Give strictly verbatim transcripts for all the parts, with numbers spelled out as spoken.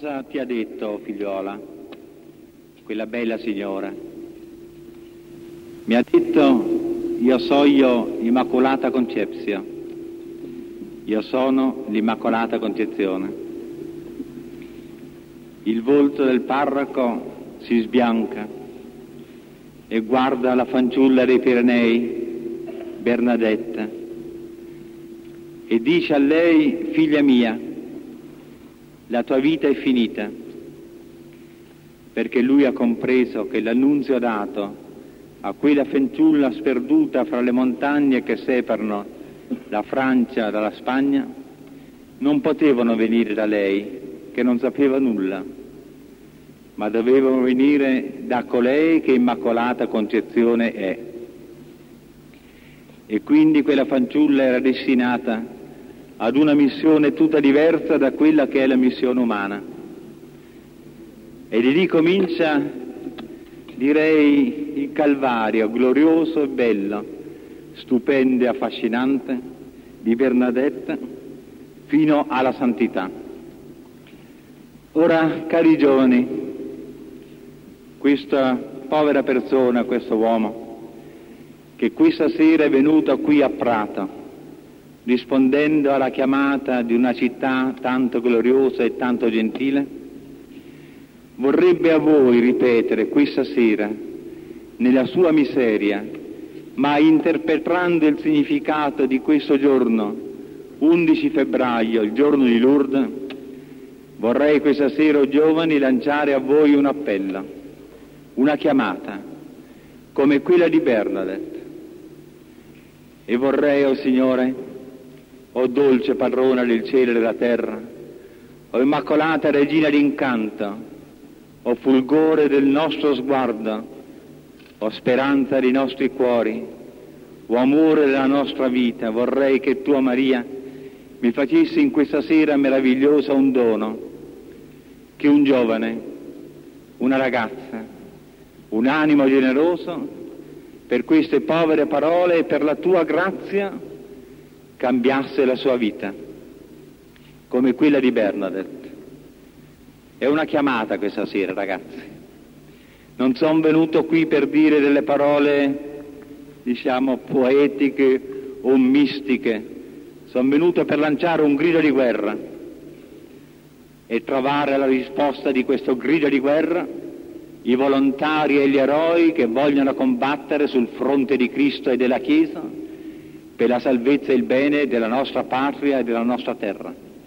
Cosa ti ha detto, figliola, quella bella signora? Mi ha detto, io sono Immacolata Concepzio, io sono l'Immacolata Concezione. Il volto del parroco si sbianca e guarda la fanciulla dei Pirenei, Bernadetta, e dice a lei: figlia mia, la tua vita è finita, perché lui ha compreso che l'annunzio dato a quella fanciulla sperduta fra le montagne che separano la Francia dalla Spagna non potevano venire da lei, che non sapeva nulla, ma dovevano venire da colei che Immacolata Concezione è. E quindi quella fanciulla era destinata ad una missione tutta diversa da quella che è la missione umana. E di lì comincia, direi, il calvario glorioso e bello, stupendo e affascinante di Bernadetta fino alla santità. Ora, cari giovani, questa povera persona, questo uomo, che questa sera è venuto qui a Prato, rispondendo alla chiamata di una città tanto gloriosa e tanto gentile, vorrebbe a voi ripetere questa sera, nella sua miseria, ma interpretando il significato di questo giorno, undici febbraio, il giorno di Lourdes, vorrei questa sera, o giovani, lanciare a voi un appello, una chiamata, come quella di Bernadette. E vorrei, o oh Signore, o dolce padrona del cielo e della terra, o immacolata regina d'incanto, o fulgore del nostro sguardo, o speranza dei nostri cuori, o amore della nostra vita, vorrei che tua Maria mi facessi in questa sera meravigliosa un dono, che un giovane, una ragazza, un animo generoso, per queste povere parole e per la tua grazia, cambiasse la sua vita, come quella di Bernadette. È una chiamata questa sera, ragazzi. Non sono venuto qui per dire delle parole, diciamo, poetiche o mistiche. Sono venuto per lanciare un grido di guerra e trovare la risposta di questo grido di guerra i volontari e gli eroi che vogliono combattere sul fronte di Cristo e della Chiesa per la salvezza e il bene della nostra patria e della nostra terra.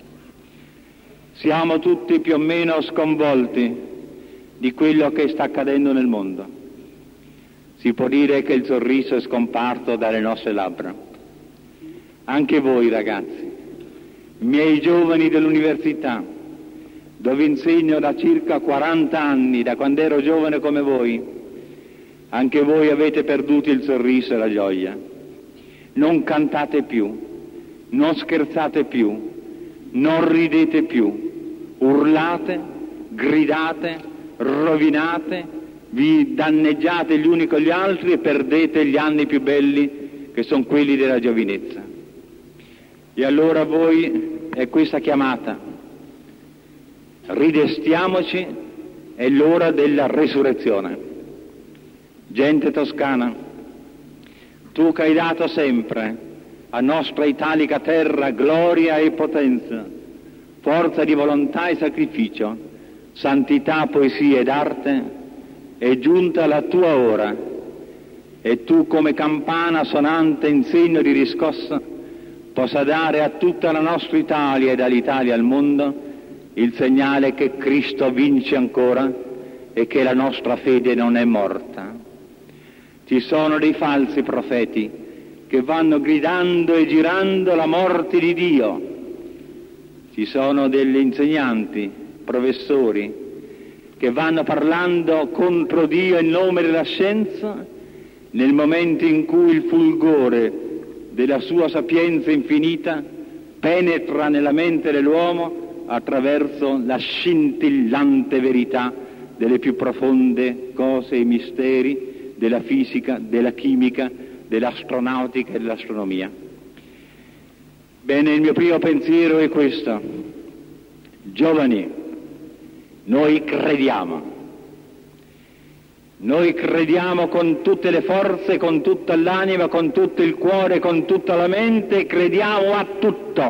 Siamo tutti più o meno sconvolti di quello che sta accadendo nel mondo. Si può dire che il sorriso è scomparso dalle nostre labbra. Anche voi, ragazzi, miei giovani dell'università, dove insegno da circa quaranta anni, da quando ero giovane come voi, anche voi avete perduto il sorriso e la gioia. Non cantate più, non scherzate più, non ridete più, urlate, gridate, rovinate, vi danneggiate gli uni con gli altri e perdete gli anni più belli che sono quelli della giovinezza. E allora voi è questa chiamata: ridestiamoci, è l'ora della resurrezione. Gente toscana, tu che hai dato sempre a nostra italica terra gloria e potenza, forza di volontà e sacrificio, santità, poesia ed arte, è giunta la tua ora, e tu come campana sonante in segno di riscossa possa dare a tutta la nostra Italia e dall'Italia al mondo il segnale che Cristo vince ancora e che la nostra fede non è morta. Ci sono dei falsi profeti che vanno gridando e girando la morte di Dio. Ci sono degli insegnanti, professori, che vanno parlando contro Dio in nome della scienza nel momento in cui il fulgore della sua sapienza infinita penetra nella mente dell'uomo attraverso la scintillante verità delle più profonde cose e misteri della fisica, della chimica, dell'astronautica e dell'astronomia. Bene, il mio primo pensiero è questo: giovani, Noi crediamo. Noi crediamo con tutte le forze, con tutta l'anima, con tutto il cuore, con tutta la mente, crediamo a tutto.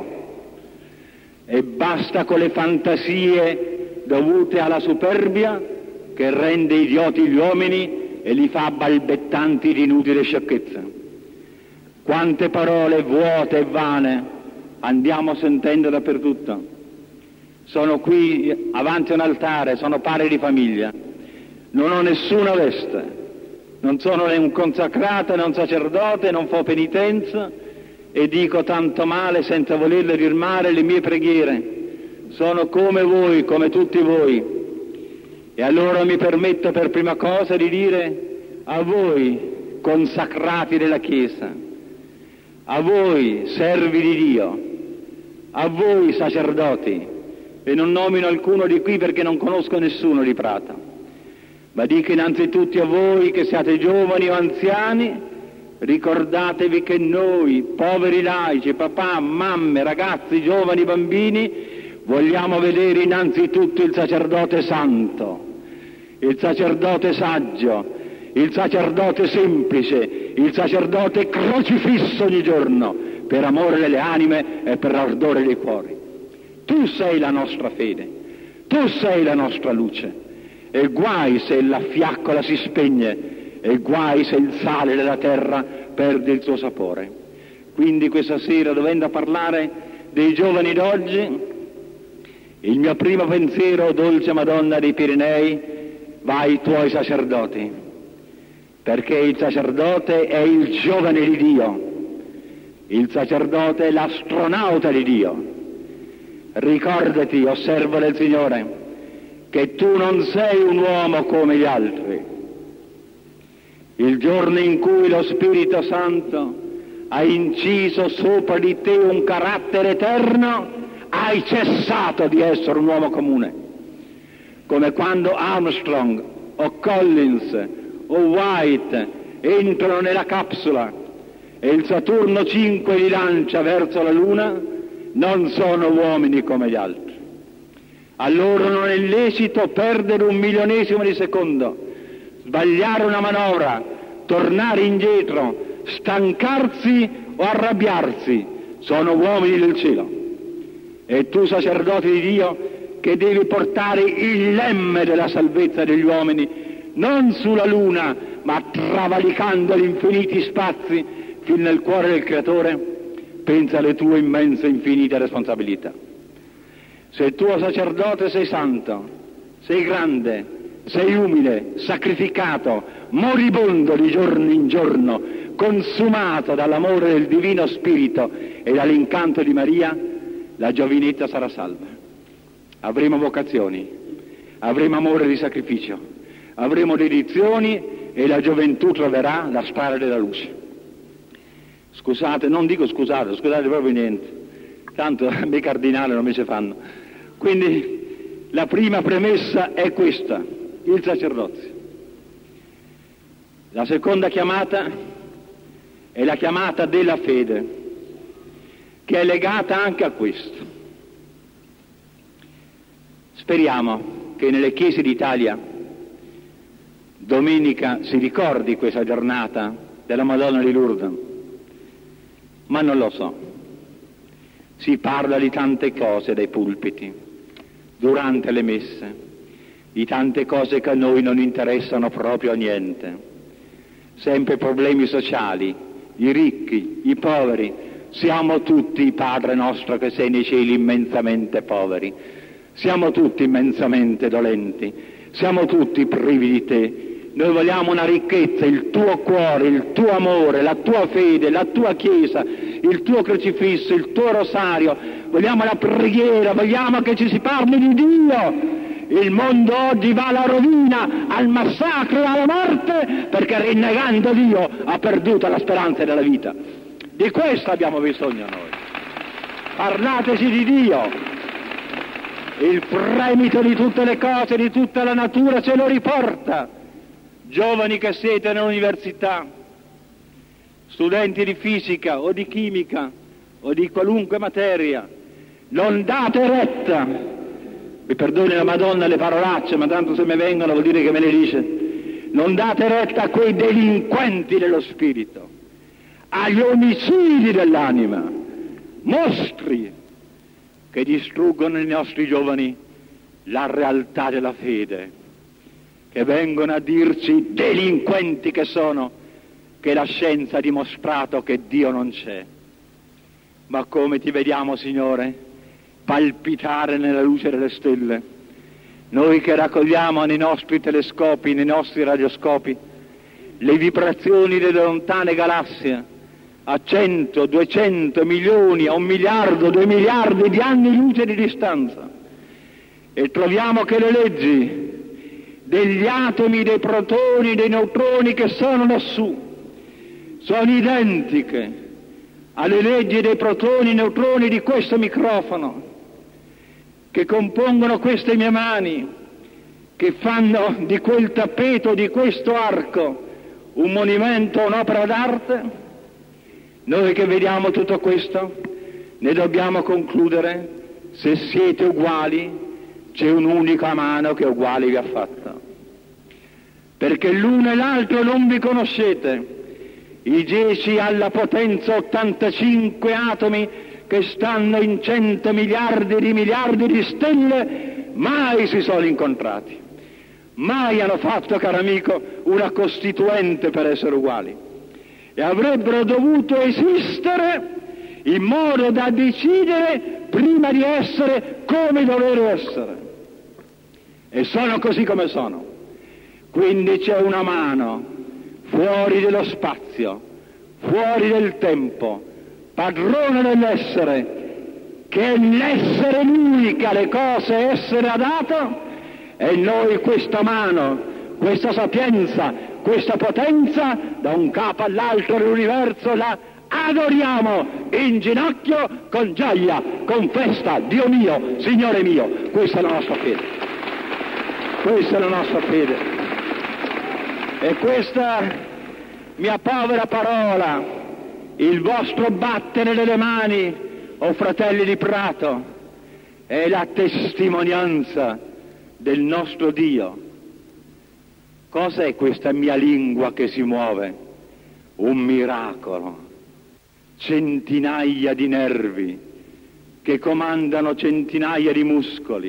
E basta con le fantasie dovute alla superbia che rende idioti gli uomini e li fa balbettanti di inutile sciocchezza. Quante parole vuote e vane andiamo sentendo dappertutto. Sono qui avanti a un altare, sono padre di famiglia, non ho nessuna veste, non sono né un consacrato né un sacerdote, non fo penitenza e dico tanto male senza volerle dir male le mie preghiere. Sono come voi, come tutti voi. E allora mi permetto per prima cosa di dire a voi consacrati della Chiesa, a voi servi di Dio, a voi sacerdoti, e non nomino alcuno di qui perché non conosco nessuno di Prata, ma dico innanzitutto a voi che siate giovani o anziani, ricordatevi che noi, poveri laici, papà, mamme, ragazzi, giovani, bambini, vogliamo vedere innanzitutto il sacerdote santo, il sacerdote saggio, il sacerdote semplice, il sacerdote crocifisso ogni giorno, per amore delle anime e per l'ardore dei cuori. Tu sei la nostra fede, tu sei la nostra luce, e guai se la fiaccola si spegne, e guai se il sale della terra perde il suo sapore. Quindi questa sera, dovendo parlare dei giovani d'oggi, il mio primo pensiero, dolce Madonna dei Pirenei, va ai tuoi sacerdoti, perché il sacerdote è il giovane di Dio, il sacerdote è l'astronauta di Dio. Ricordati, osservo del Signore, che tu non sei un uomo come gli altri. Il giorno in cui lo Spirito Santo ha inciso sopra di te un carattere eterno, hai cessato di essere un uomo comune. Come quando Armstrong o Collins o White entrano nella capsula e il Saturno cinque li lancia verso la Luna, non sono uomini come gli altri. A loro non è lecito perdere un milionesimo di secondo, sbagliare una manovra, tornare indietro, stancarsi o arrabbiarsi. Sono uomini del cielo. E tu, sacerdote di Dio, che devi portare il lemme della salvezza degli uomini, non sulla luna, ma travalicando gli infiniti spazi fin nel cuore del Creatore, pensa alle tue immense e infinite responsabilità. Se il tuo sacerdote sei santo, sei grande, sei umile, sacrificato, moribondo di giorno in giorno, consumato dall'amore del Divino Spirito e dall'incanto di Maria, la giovinezza sarà salva. Avremo vocazioni, avremo amore di sacrificio, avremo dedizioni e la gioventù troverà la strada della luce. Scusate, non dico scusate, scusate proprio niente, tanto a me cardinali non mi ci fanno. Quindi la prima premessa è questa, il sacerdozio. La seconda chiamata è la chiamata della fede, che è legata anche a questo. Speriamo che nelle chiese d'Italia domenica si ricordi questa giornata della Madonna di Lourdes, ma non lo so. Si parla di tante cose dai pulpiti, durante le messe, di tante cose che a noi non interessano proprio a niente. Sempre problemi sociali, i ricchi, i poveri. Siamo tutti, Padre nostro che sei nei cieli, immensamente poveri. Siamo tutti immensamente dolenti. Siamo tutti privi di te. Noi vogliamo una ricchezza, il tuo cuore, il tuo amore, la tua fede, la tua Chiesa, il tuo crocifisso, il tuo rosario. Vogliamo la preghiera, vogliamo che ci si parli di Dio. Il mondo oggi va alla rovina, al massacro, alla morte, perché rinnegando Dio ha perduto la speranza della vita. Di questo abbiamo bisogno noi. Parlateci di Dio. Il fremito di tutte le cose, di tutta la natura ce lo riporta. Giovani che siete nell'università, studenti di fisica o di chimica o di qualunque materia, non date retta, Mi perdoni la Madonna le parolacce, ma tanto se mi vengono vuol dire che me le dice. Non date retta a quei delinquenti dello spirito, agli omicidi dell'anima, mostri che distruggono nei nostri giovani la realtà della fede, che vengono a dirci, delinquenti che sono, che la scienza ha dimostrato che Dio non c'è. Ma come ti vediamo, Signore, palpitare nella luce delle stelle, noi che raccogliamo nei nostri telescopi, nei nostri radioscopi, le vibrazioni delle lontane galassie, a cento, duecento milioni, a un miliardo, due miliardi di anni luce di distanza, e troviamo che le leggi degli atomi, dei protoni, dei neutroni che sono lassù sono identiche alle leggi dei protoni e neutroni di questo microfono, che compongono queste mie mani, che fanno di quel tappeto, di questo arco, un monumento, un'opera d'arte. Noi che vediamo tutto questo, ne dobbiamo concludere: se siete uguali, c'è un'unica mano che uguali vi ha fatta. Perché l'uno e l'altro non vi conoscete. I dieci alla potenza ottantacinque atomi che stanno in cento miliardi di miliardi di stelle mai si sono incontrati, mai hanno fatto, caro amico, una costituente per essere uguali, e avrebbero dovuto esistere in modo da decidere prima di essere come dovrebbero essere, e sono così come sono. Quindi c'è una mano fuori dello spazio, fuori del tempo, padrone dell'essere, che è l'essere lui che alle cose essere ha dato, e noi questa mano, questa sapienza, questa potenza, da un capo all'altro dell'universo la adoriamo in ginocchio, con gioia, con festa. Dio mio, Signore mio, questa è la nostra fede, questa è la nostra fede. E questa mia povera parola, il vostro battere delle mani, o fratelli di Prato, è la testimonianza del nostro Dio. Cos'è questa mia lingua che si muove? Un miracolo. Centinaia di nervi che comandano centinaia di muscoli.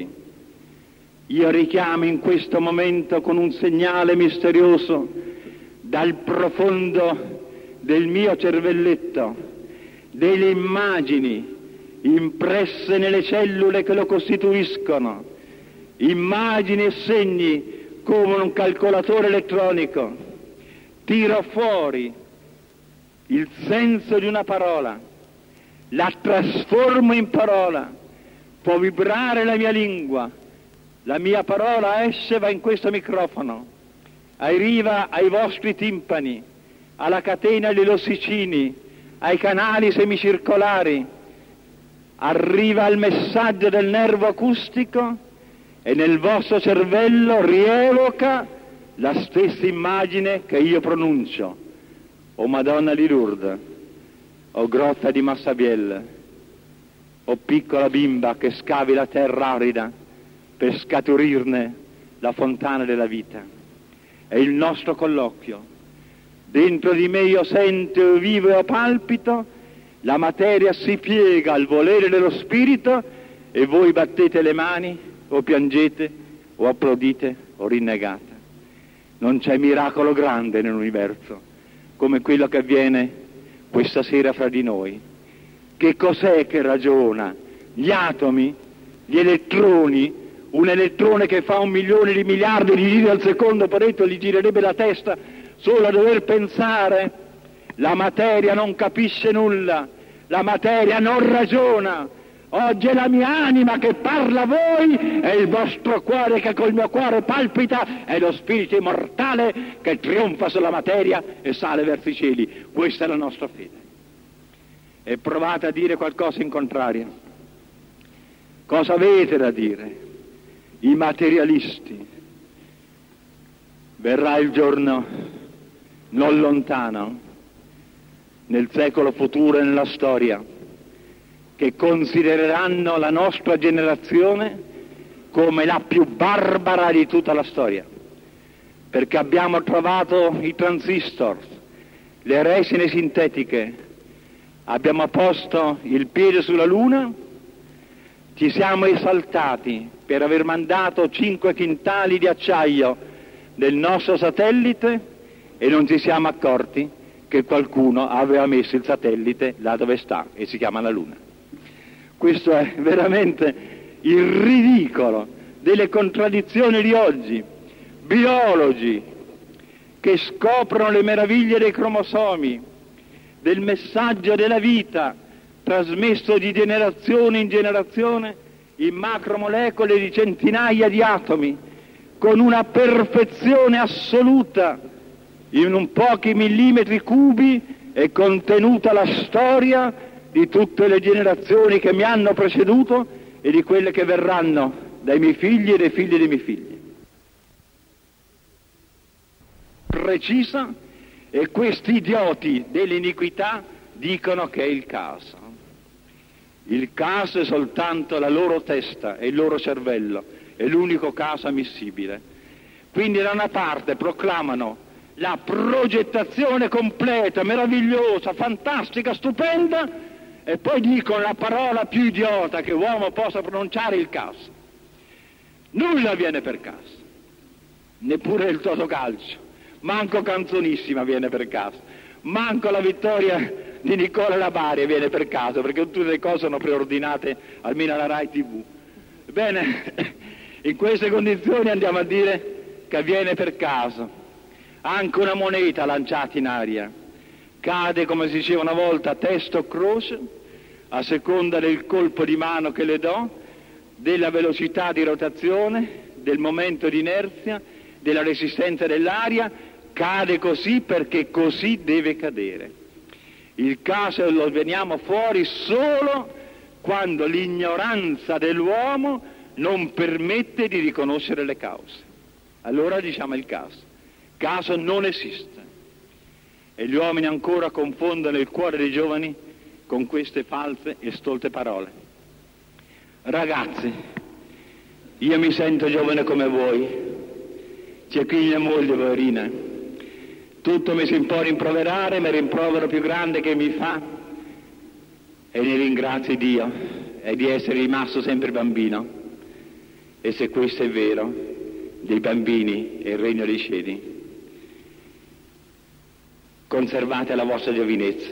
Io richiamo in questo momento con un segnale misterioso dal profondo del mio cervelletto delle immagini impresse nelle cellule che lo costituiscono, immagini e segni come un calcolatore elettronico. Tiro fuori il senso di una parola, la trasformo in parola, può vibrare la mia lingua, la mia parola esce, va in questo microfono, arriva ai vostri timpani, alla catena degli ossicini, ai canali semicircolari, arriva al messaggio del nervo acustico e nel vostro cervello rievoca la stessa immagine che io pronuncio: o Madonna di Lourdes, o grotta di Massabielle, o piccola bimba che scavi la terra arida per scaturirne la fontana della vita. È il nostro colloquio. Dentro di me io sento, io vivo e io palpito, la materia si piega al volere dello spirito e voi battete le mani o piangete o applaudite o rinnegate. Non c'è miracolo grande nell'universo come quello che avviene questa sera fra di noi. Che cos'è che ragiona? Gli atomi, gli elettroni, un elettrone che fa un milione di miliardi di giri al secondo, parecchio gli girerebbe la testa solo a dover pensare. La materia non capisce nulla, la materia non ragiona. Oggi è la mia anima che parla a voi, è il vostro cuore che col mio cuore palpita, è lo spirito immortale che trionfa sulla materia e sale verso i cieli. Questa è la nostra fede. E provate a dire qualcosa in contrario. Cosa avete da dire? I materialisti. Verrà il giorno non lontano, nel secolo futuro e nella storia, che considereranno la nostra generazione come la più barbara di tutta la storia, perché abbiamo trovato i transistor, le resine sintetiche, abbiamo posto il piede sulla Luna, ci siamo esaltati per aver mandato cinque quintali di acciaio del nostro satellite e non ci siamo accorti che qualcuno aveva messo il satellite là dove sta e si chiama la Luna. Questo è veramente il ridicolo delle contraddizioni di oggi. Biologi che scoprono le meraviglie dei cromosomi, del messaggio della vita trasmesso di generazione in generazione in macromolecole di centinaia di atomi, con una perfezione assoluta. In un pochi millimetri cubi è contenuta la storia di tutte le generazioni che mi hanno preceduto e di quelle che verranno dai miei figli e dai figli dei miei figli. Precisa, e questi idioti dell'iniquità dicono che è il caso. Il caso è soltanto la loro testa e il loro cervello, è l'unico caso ammissibile. Quindi da una parte proclamano la progettazione completa, meravigliosa, fantastica, stupenda, e poi dicono la parola più idiota che uomo possa pronunciare, il caso. Nulla viene per caso, neppure il Totocalcio, manco Canzonissima viene per caso, manco la vittoria di Nicola Labari viene per caso, perché tutte le cose sono preordinate almeno alla Rai tivù. Bene, in queste condizioni andiamo a dire che avviene per caso. Anche una moneta lanciata in aria cade, come si diceva una volta, testo o croce, a seconda del colpo di mano che le do, della velocità di rotazione, del momento di inerzia, della resistenza dell'aria, cade così perché così deve cadere. Il caso lo veniamo fuori solo quando l'ignoranza dell'uomo non permette di riconoscere le cause. Allora diciamo il caso. Caso non esiste. E gli uomini ancora confondono il cuore dei giovani con queste false e stolte parole. Ragazzi, io mi sento giovane come voi. C'è qui mia moglie, poverina. Tutto mi si può rimproverare, ma il rimprovero più grande che mi fa, e ne ringrazio Dio, è di essere rimasto sempre bambino. E se questo è vero, dei bambini è il regno dei cieli. Conservate la vostra giovinezza,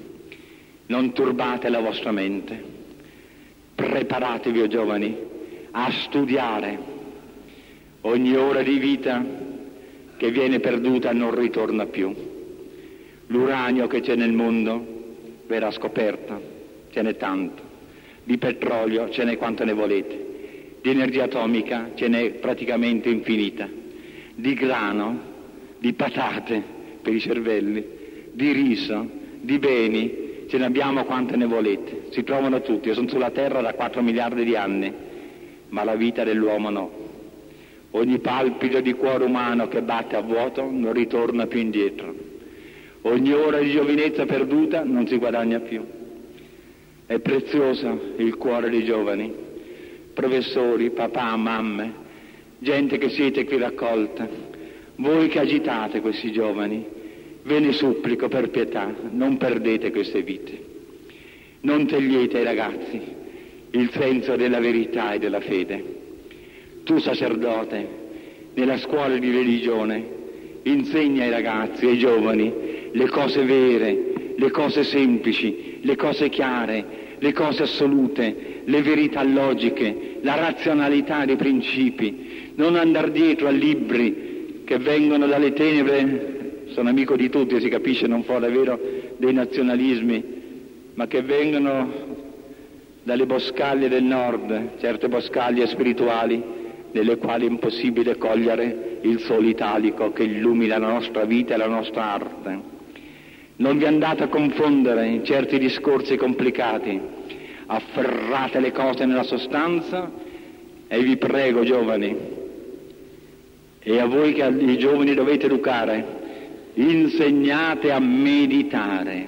non turbate la vostra mente, preparatevi, o giovani, a studiare. Ogni ora di vita che viene perduta non ritorna più. L'uranio che c'è nel mondo verrà scoperto, ce n'è tanto. Di petrolio ce n'è quanto ne volete. Di energia atomica ce n'è praticamente infinita. Di grano, di patate per i cervelli, di riso, di beni, ce ne abbiamo quante ne volete. Si trovano tutti. Io sono sulla Terra da quattro miliardi di anni, ma la vita dell'uomo no. Ogni palpito di cuore umano che batte a vuoto non ritorna più indietro. Ogni ora di giovinezza perduta non si guadagna più. È prezioso il cuore dei giovani, professori, papà, mamme, gente che siete qui raccolta, voi che agitate questi giovani, ve ne supplico per pietà, non perdete queste vite. Non togliete ai ragazzi il senso della verità e della fede. Tu sacerdote, nella scuola di religione, insegna ai ragazzi, ai giovani, le cose vere, le cose semplici, le cose chiare, le cose assolute, le verità logiche, la razionalità dei principi. Non andare dietro a libri che vengono dalle tenebre, sono amico di tutti, si capisce, non fa davvero dei nazionalismi, ma che vengono dalle boscaglie del nord, certe boscaglie spirituali, nelle quali è impossibile cogliere il sole italico che illumina la nostra vita e la nostra arte. Non vi andate a confondere in certi discorsi complicati, afferrate le cose nella sostanza, e vi prego, giovani, e a voi che i giovani dovete educare, insegnate a meditare.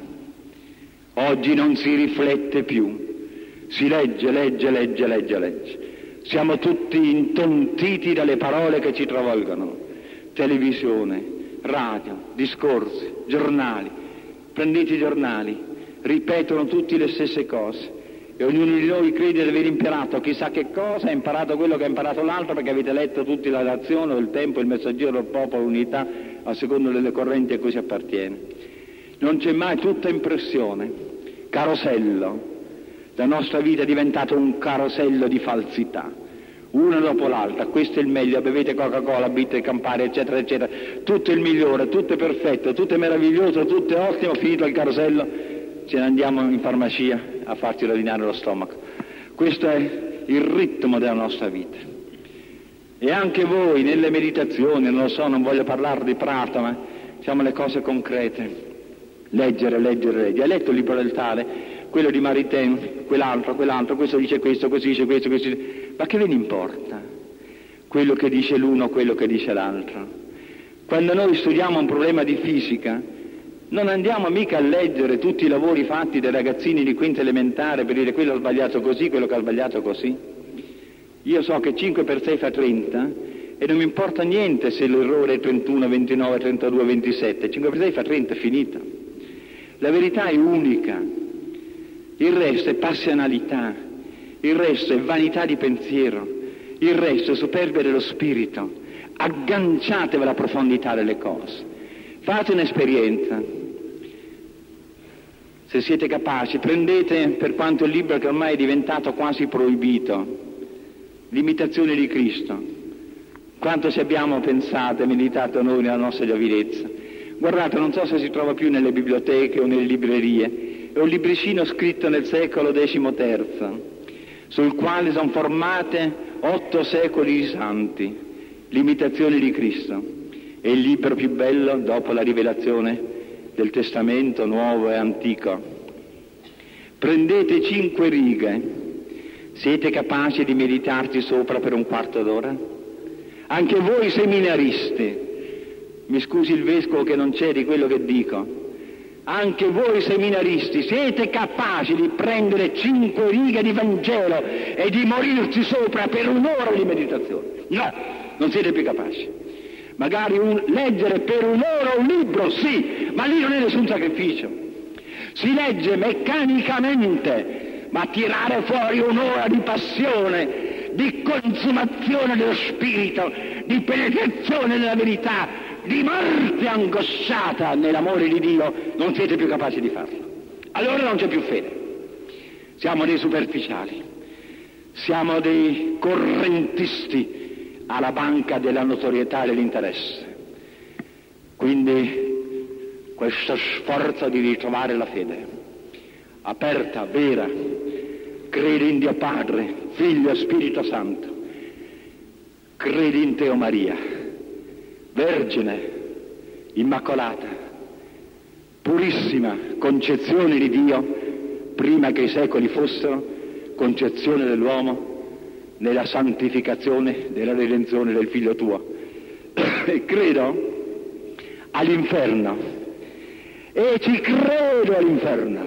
Oggi non si riflette più, si legge, legge, legge, legge, legge. Siamo tutti intontiti dalle parole che ci travolgono. Televisione, radio, discorsi, giornali. Prendete i giornali, ripetono tutti le stesse cose. E ognuno di noi crede di aver imparato chissà che cosa, ha imparato quello che ha imparato l'altro, perché avete letto tutti la Nazione, il Tempo, il Messaggero del Popolo, l'Unità, a seconda delle correnti a cui si appartiene. Non c'è mai tutta impressione, carosello. La nostra vita è diventata un carosello di falsità, una dopo l'altra. Questo è il meglio, bevete Coca-Cola, bitte Campari, eccetera, eccetera. Tutto è il migliore, tutto è perfetto, tutto è meraviglioso, tutto è ottimo, finito il carosello. Ce ne andiamo in farmacia a farci rovinare lo stomaco. Questo è il ritmo della nostra vita. E anche voi nelle meditazioni, non lo so, non voglio parlare di Prata, ma siamo le cose concrete. Leggere, leggere, leggere. Hai letto il libro del tale? Quello di Maritain, quell'altro, quell'altro, questo dice questo, questo dice questo, questo dice... Ma che ve ne importa? Quello che dice l'uno, quello che dice l'altro. Quando noi studiamo un problema di fisica, non andiamo mica a leggere tutti i lavori fatti dai ragazzini di quinta elementare per dire quello ha sbagliato così, quello che ha sbagliato così. Io so che cinque per sei fa trenta e non mi importa niente se l'errore è trentuno, ventinove, trentadue, ventisette. cinque per sei fa trenta, è finita. La verità è unica. Il resto è passionalità, il resto è vanità di pensiero, il resto è superbia dello spirito. Agganciatevi alla profondità delle cose. Fate un'esperienza. Se siete capaci, prendete, per quanto il libro che ormai è diventato quasi proibito, l'imitazione di Cristo. Quanto ci abbiamo pensato e meditato noi nella nostra giovinezza. Guardate, non so se si trova più nelle biblioteche o nelle librerie, è un libricino scritto nel secolo decimoterzo, sul quale sono formate otto secoli di santi, l'imitazione di Cristo. È il libro più bello dopo la rivelazione del Testamento nuovo e antico. Prendete cinque righe, siete capaci di meditarci sopra per un quarto d'ora? Anche voi seminaristi, mi scusi il vescovo che non c'è di quello che dico, anche voi seminaristi siete capaci di prendere cinque righe di Vangelo e di morirci sopra per un'ora di meditazione? No, non siete più capaci. Magari un, leggere per un'ora un libro, sì, ma lì non è nessun sacrificio. Si legge meccanicamente, ma tirare fuori un'ora di passione, di consumazione dello spirito, di penetrazione della verità, di morte angosciata nell'amore di Dio, non siete più capaci di farlo. Allora non c'è più fede. Siamo dei superficiali, siamo dei correntisti alla banca della notorietà e dell'interesse. Quindi questo sforzo di ritrovare la fede aperta, vera, credi in Dio Padre, Figlio e Spirito Santo, credi in te, o Maria, Vergine, Immacolata, purissima concezione di Dio, prima che i secoli fossero, concezione dell'uomo, nella santificazione della redenzione del Figlio tuo. E credo all'inferno, e ci credo all'inferno.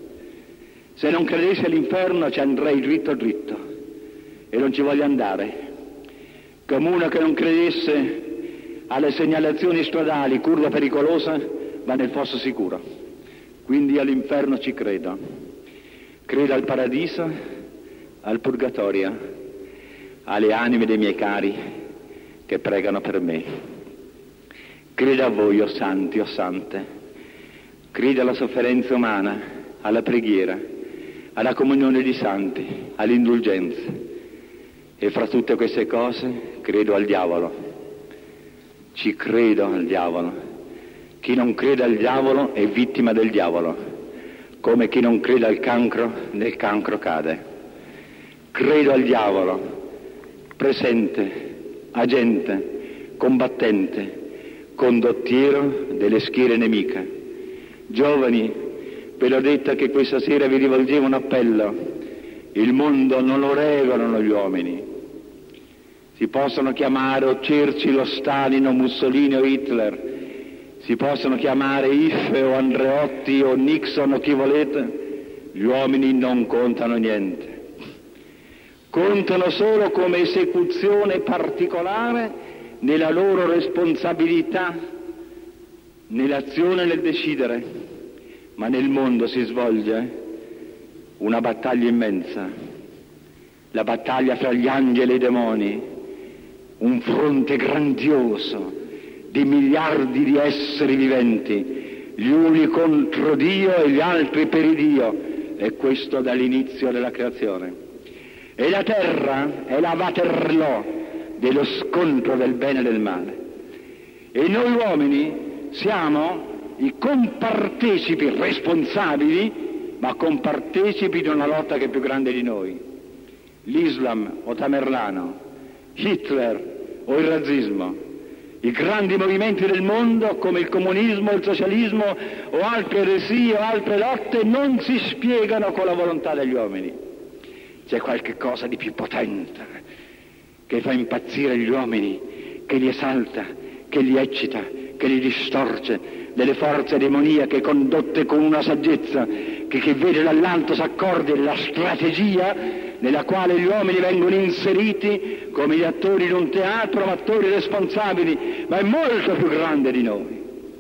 Se non credessi all'inferno ci andrei dritto dritto, e non ci voglio andare. Come uno che non credesse alle segnalazioni stradali, curva pericolosa, va nel fosso sicuro. Quindi all'inferno ci credo. Credo al paradiso, al purgatorio, alle anime dei miei cari che pregano per me. Credo a voi, o santi, o sante. Credo alla sofferenza umana, alla preghiera, alla comunione di santi, all'indulgenza. E fra tutte queste cose credo al diavolo. Ci credo al diavolo. Chi non crede al diavolo è vittima del diavolo, come chi non crede al cancro, nel cancro cade. Credo al diavolo, presente, agente, combattente, condottiero delle schiere nemiche. Giovani, ve l'ho detto che questa sera vi rivolgevo un appello. Il mondo non lo regolano gli uomini. Si possono chiamare o Churchill o Stalin o Mussolini o Hitler, si possono chiamare Iffe o Andreotti o Nixon o chi volete, gli uomini non contano niente. contano solo come esecuzione particolare nella loro responsabilità, nell'azione e nel decidere, ma nel mondo si svolge una battaglia immensa, la battaglia fra gli angeli e i demoni, un fronte grandioso di miliardi di esseri viventi, gli uni contro Dio e gli altri per il Dio, e questo dall'inizio della creazione. E la terra è la Waterloo dello scontro del bene e del male. E noi uomini siamo i compartecipi responsabili, ma compartecipi di una lotta che è più grande di noi. L'Islam o Tamerlano, Hitler o il razzismo, i grandi movimenti del mondo come il comunismo, il socialismo o altre eresie o altre lotte non si spiegano con la volontà degli uomini. C'è qualche cosa di più potente che fa impazzire gli uomini, che li esalta, che li eccita, che li distorce, delle forze demoniache condotte con una saggezza che chi vede dall'alto s'accorge della strategia nella quale gli uomini vengono inseriti come gli attori di un teatro, ma attori responsabili, ma è molto più grande di noi,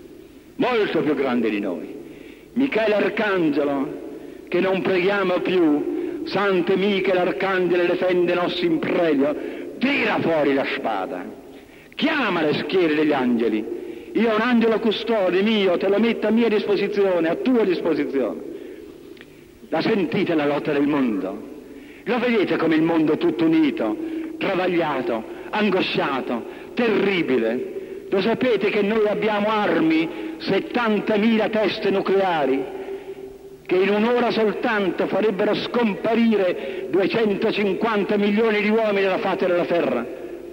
molto più grande di noi. Michele Arcangelo, che non preghiamo più, Sante Michele Arcangelo difende i nostri impredio, tira fuori la spada, chiama le schiere degli angeli. Io ho un angelo custode mio, te lo metto a mia disposizione, a tua disposizione. La sentite la lotta del mondo? Lo vedete come il mondo è tutto unito, travagliato, angosciato, terribile? Lo sapete che noi abbiamo armi, settantamila teste nucleari, che in un'ora soltanto farebbero scomparire duecentocinquanta milioni di uomini dalla faccia della terra,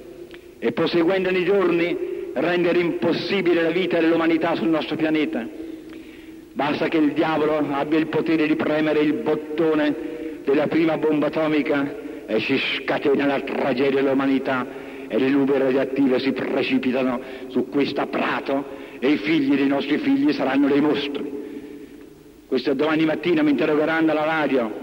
e proseguendo nei giorni rendere impossibile la vita dell'umanità sul nostro pianeta. Basta che il diavolo abbia il potere di premere il bottone della prima bomba atomica e si scatena la tragedia dell'umanità e le nubi radioattive si precipitano su questo prato e i figli dei nostri figli saranno dei mostri. Questo domani mattina mi interrogheranno alla radio.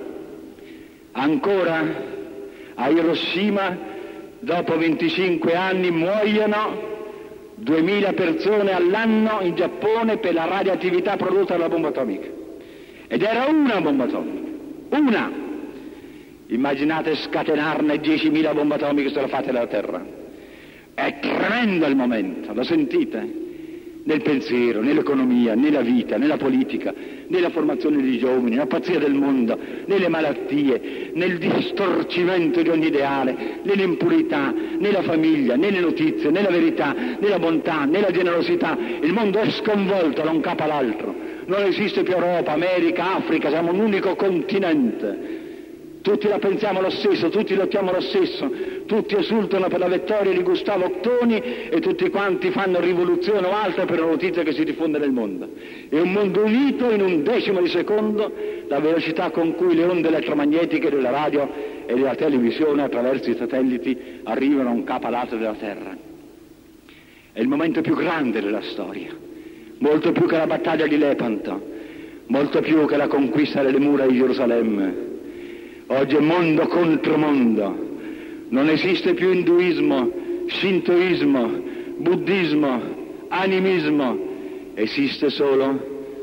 Ancora a Hiroshima, dopo venticinque anni, muoiono duemila persone all'anno in Giappone per la radioattività prodotta dalla bomba atomica. Ed era una bomba atomica, una. Immaginate scatenarne diecimila bombe atomiche sulla faccia della Terra. È tremendo il momento, lo sentite? Nel pensiero, nell'economia, nella vita, nella politica, nella formazione dei giovani, nella pazzia del mondo, nelle malattie, nel distorcimento di ogni ideale, nell'impurità, nella famiglia, nelle notizie, nella verità, nella bontà, nella generosità. Il mondo è sconvolto da un capo all'altro. Non esiste più Europa, America, Africa, siamo un unico continente. Tutti la pensiamo lo stesso, tutti lottiamo lo stesso, tutti esultano per la vittoria di Gustavo Ottoni e tutti quanti fanno rivoluzione o altro per la notizia che si diffonde nel mondo. È un mondo unito in un decimo di secondo, la velocità con cui le onde elettromagnetiche della radio e della televisione attraverso i satelliti arrivano a un capo all'altro della Terra. È il momento più grande della storia, molto più che la battaglia di Lepanto, molto più che la conquista delle mura di Gerusalemme. Oggi è mondo contro mondo, non esiste più induismo, shintoismo, buddismo, animismo, esiste solo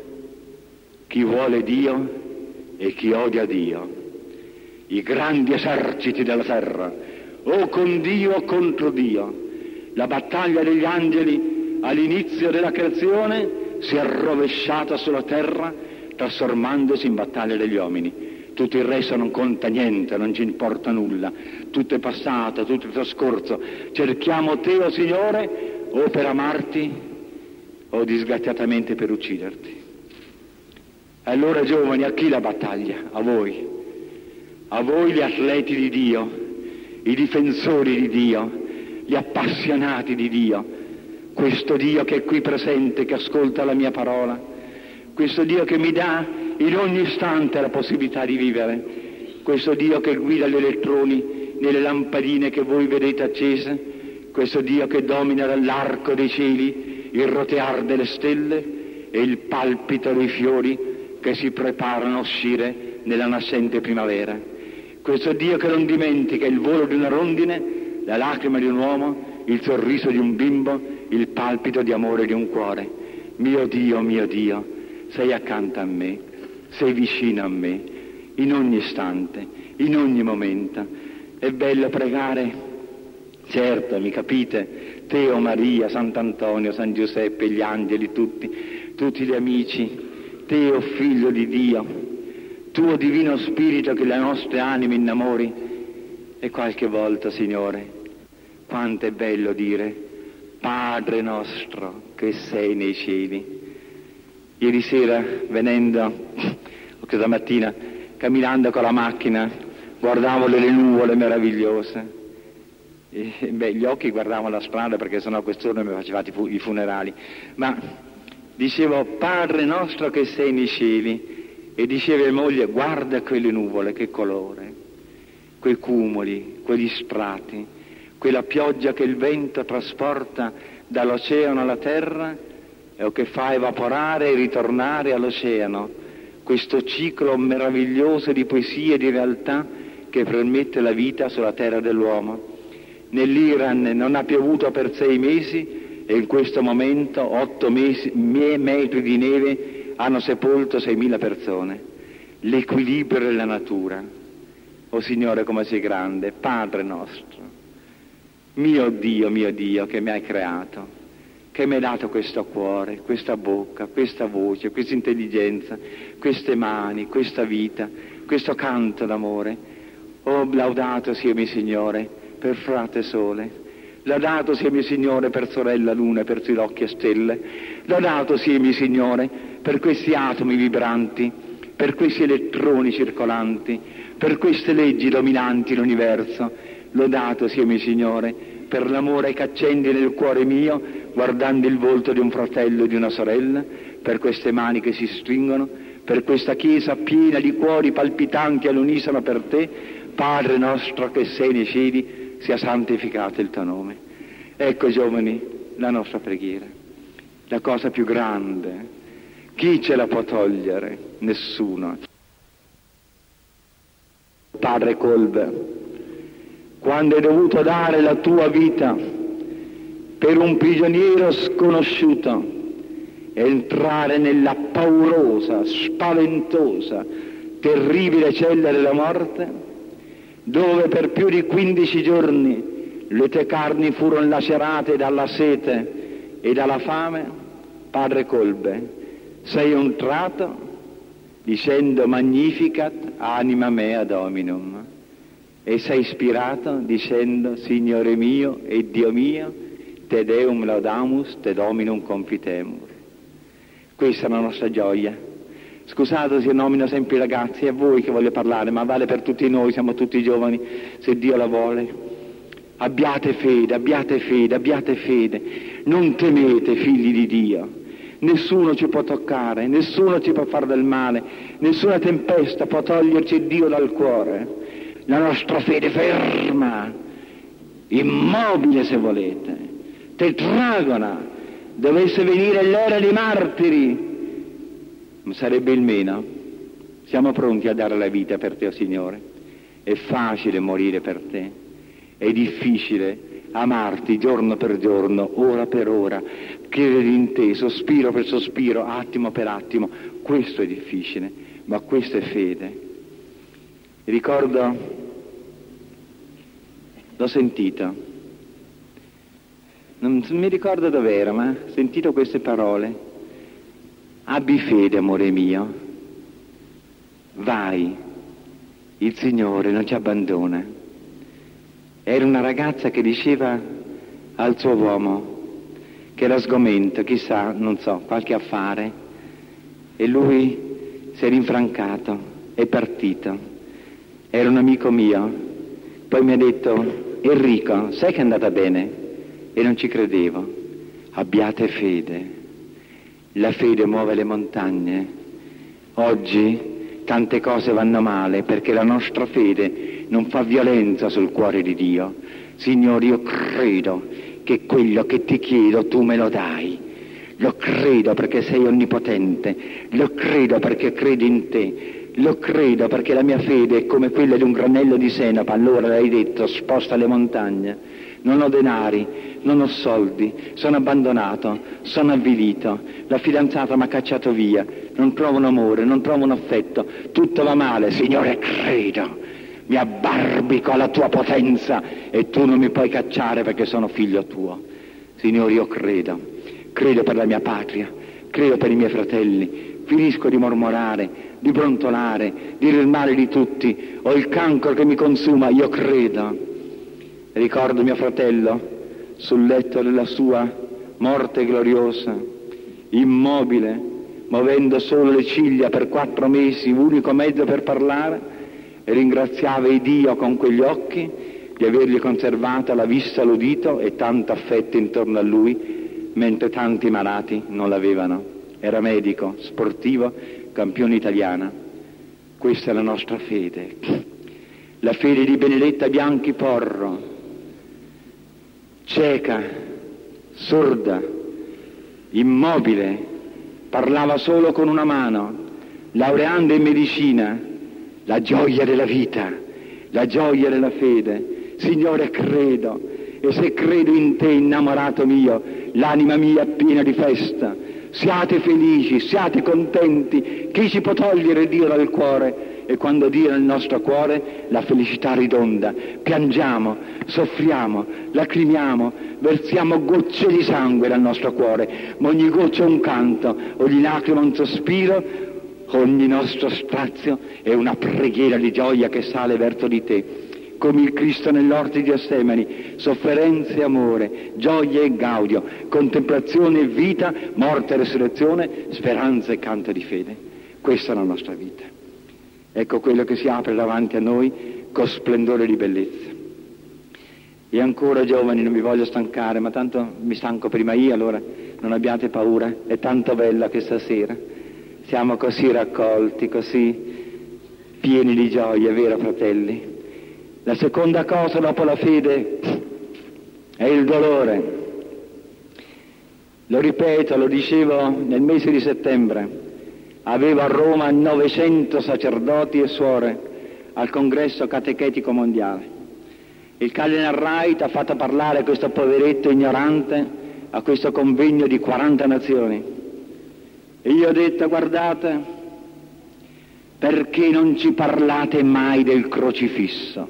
chi vuole Dio e chi odia Dio. I grandi eserciti della terra, o con Dio o contro Dio. La battaglia degli angeli all'inizio della creazione si è rovesciata sulla terra, trasformandosi in battaglia degli uomini. Tutto il resto non conta niente, non ci importa nulla, tutto è passato, tutto è trascorso. Cerchiamo te, o Signore, o per amarti o disgraziatamente per ucciderti. Allora, giovani, a chi la battaglia? A voi. A voi gli atleti di Dio, i difensori di Dio, gli appassionati di Dio, questo Dio che è qui presente, che ascolta la mia parola, questo Dio che mi dà in ogni istante la possibilità di vivere, questo Dio che guida gli elettroni nelle lampadine che voi vedete accese, questo Dio che domina dall'arco dei cieli il rotear delle stelle e il palpito dei fiori che si preparano a uscire nella nascente primavera, Questo Dio che non dimentica il volo di una rondine, la lacrima di un uomo, il sorriso di un bimbo, il palpito di amore di un cuore. Mio Dio, mio Dio, sei accanto a me, sei vicino a me, in ogni istante, in ogni momento. È bello pregare, certo, mi capite, Teo, Maria, Sant'Antonio, San Giuseppe, gli angeli, tutti, tutti gli amici, Teo, figlio di Dio, tuo divino spirito che le nostre anime innamori. E qualche volta, Signore, quanto è bello dire Padre nostro che sei nei cieli. Ieri sera, venendo, questa mattina, camminando con la macchina, guardavo le nuvole meravigliose. E, beh, gli occhi guardavano la strada perché sennò a quest'ora mi facevate i funerali. Ma dicevo, Padre nostro che sei nei cieli. E diceva mia moglie, guarda quelle nuvole, che colore, quei cumuli, quegli strati, quella pioggia che il vento trasporta dall'oceano alla terra o che fa evaporare e ritornare all'oceano, questo ciclo meraviglioso di poesia e di realtà che permette la vita sulla terra dell'uomo. Nell'Iran non ha piovuto per sei mesi e in questo momento otto mesi, metri di neve hanno sepolto seimila persone. L'equilibrio della natura. Oh Signore, come sei grande, Padre nostro, mio Dio, mio Dio, che mi hai creato, che mi hai dato questo cuore, questa bocca, questa voce, questa intelligenza, queste mani, questa vita, questo canto d'amore. Oh, laudato sia mio Signore per frate sole, laudato sia mio Signore per sorella luna e per tirocchia stelle, laudato sia mio Signore per questi atomi vibranti, per questi elettroni circolanti, per queste leggi dominanti l'universo. Lodato sia mio Signore per l'amore che accendi nel cuore mio guardando il volto di un fratello e di una sorella, per queste mani che si stringono, per questa chiesa piena di cuori palpitanti all'unisono per te. Padre nostro che sei nei cieli, sia santificato il tuo nome. Ecco, giovani, la nostra preghiera, la cosa più grande. Chi ce la può togliere? Nessuno. Padre Kolbe, quando hai dovuto dare la tua vita per un prigioniero sconosciuto, entrare nella paurosa, spaventosa, terribile cella della morte, dove per più di quindici giorni le tue carni furono lacerate dalla sete e dalla fame, Padre Kolbe, sei entrato dicendo Magnificat anima mea Dominum e sei ispirato dicendo Signore mio e Dio mio, te Deum laudamus, te Dominum confitemur. Questa è la nostra gioia. Scusate se nomino sempre i ragazzi, è a voi che voglio parlare, ma vale per tutti noi, siamo tutti giovani, se Dio la vuole. Abbiate fede, abbiate fede, abbiate fede, non temete, figli di Dio. Nessuno ci può toccare, nessuno ci può fare del male, nessuna tempesta può toglierci Dio dal cuore. La nostra fede ferma, immobile se volete, tetragona, dovesse venire l'era dei martiri, ma sarebbe il meno. Siamo pronti a dare la vita per te, oh Signore. È facile morire per te, è difficile amarti giorno per giorno, ora per ora, credere in te, sospiro per sospiro, attimo per attimo. Questo è difficile, ma questo è fede. Ricordo, l'ho sentito, non mi ricordo dov'era, ma ho sentito queste parole: abbi fede, amore mio, vai, il Signore non ci abbandona. Era una ragazza che diceva al suo uomo che era sgomento, chissà, non so, qualche affare, e lui si è rinfrancato, è partito. Era un amico mio, poi mi ha detto: Enrico, sai che è andata bene? E non ci credevo. Abbiate fede, la fede muove le montagne. Oggi tante cose vanno male perché la nostra fede non fa violenza sul cuore di Dio. Signore, io credo che quello che ti chiedo tu me lo dai. Lo credo perché sei onnipotente, lo credo perché credo in te, Lo credo perché la mia fede è come quella di un granello di senape. Allora l'hai detto, sposta le montagne. Non ho denari, non ho soldi, sono abbandonato, sono avvilito, la fidanzata mi ha cacciato via, non trovo un amore, non trovo un affetto, tutto va male. Signore, credo, mi abbarbico alla tua potenza e tu non mi puoi cacciare perché sono figlio tuo. Signore, io credo, credo per la mia patria, credo per i miei fratelli. Finisco di mormorare, di brontolare, di dire il male di tutti, ho il cancro che mi consuma, io credo. Ricordo mio fratello sul letto della sua morte gloriosa, immobile, muovendo solo le ciglia per quattro mesi, unico mezzo per parlare, e ringraziava il Dio con quegli occhi di avergli conservata la vista, l'udito e tanto affetto intorno a lui, mentre tanti malati non l'avevano. Era medico, sportivo, campione italiana. Questa è la nostra fede, la fede di Benedetta Bianchi Porro, cieca, sorda, immobile, parlava solo con una mano, laureando in medicina, la gioia della vita, la gioia della fede. Signore, credo, e se credo in te, innamorato mio, l'anima mia è piena di festa. Siate felici, siate contenti, chi ci può togliere Dio dal cuore? E quando Dio è nel nostro cuore, la felicità ridonda. Piangiamo, soffriamo, lacrimiamo, versiamo gocce di sangue dal nostro cuore, ma ogni goccia è un canto, ogni lacrima un sospiro, ogni nostro strazio è una preghiera di gioia che sale verso di te. Come il Cristo nell'orto di Getsemani, sofferenza e amore, gioia e gaudio, contemplazione e vita, morte e resurrezione, speranza e canto di fede. Questa è la nostra vita. Ecco quello che si apre davanti a noi con splendore di bellezza. E ancora, giovani, non mi voglio stancare, ma tanto mi stanco prima io, allora non abbiate paura, è tanto bella questa sera. Siamo così raccolti, così pieni di gioia, vero fratelli? La seconda cosa dopo la fede è il dolore. Lo ripeto, lo dicevo nel mese di settembre, avevo a Roma novecento sacerdoti e suore al congresso catechetico mondiale. Il Cardinal Wright ha fatto parlare questo poveretto ignorante a questo convegno di quaranta nazioni. E io ho detto, guardate, perché non ci parlate mai del crocifisso?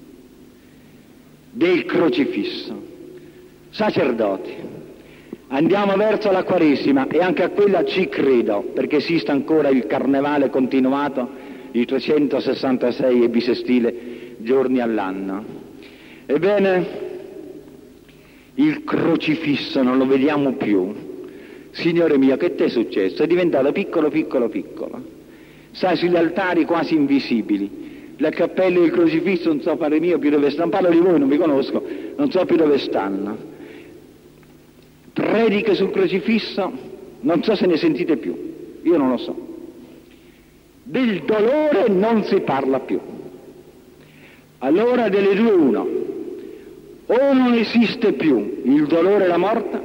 Del crocifisso. Sacerdoti, andiamo verso la Quaresima e anche a quella ci credo, perché esiste ancora il carnevale continuato di trecentosessantasei e bisestile giorni all'anno. Ebbene, il crocifisso non lo vediamo più. Signore mio, che ti è successo? È diventato piccolo, piccolo, piccolo. Sai, sugli altari quasi invisibili. Le cappelle del crocifisso non so, pare mio, più dove stanno. Parlo di voi, non vi conosco, non so più dove stanno. Prediche sul crocifisso, non so se ne sentite più, io non lo so. Del dolore non si parla più. Allora delle due uno, o non esiste più il dolore e la morte,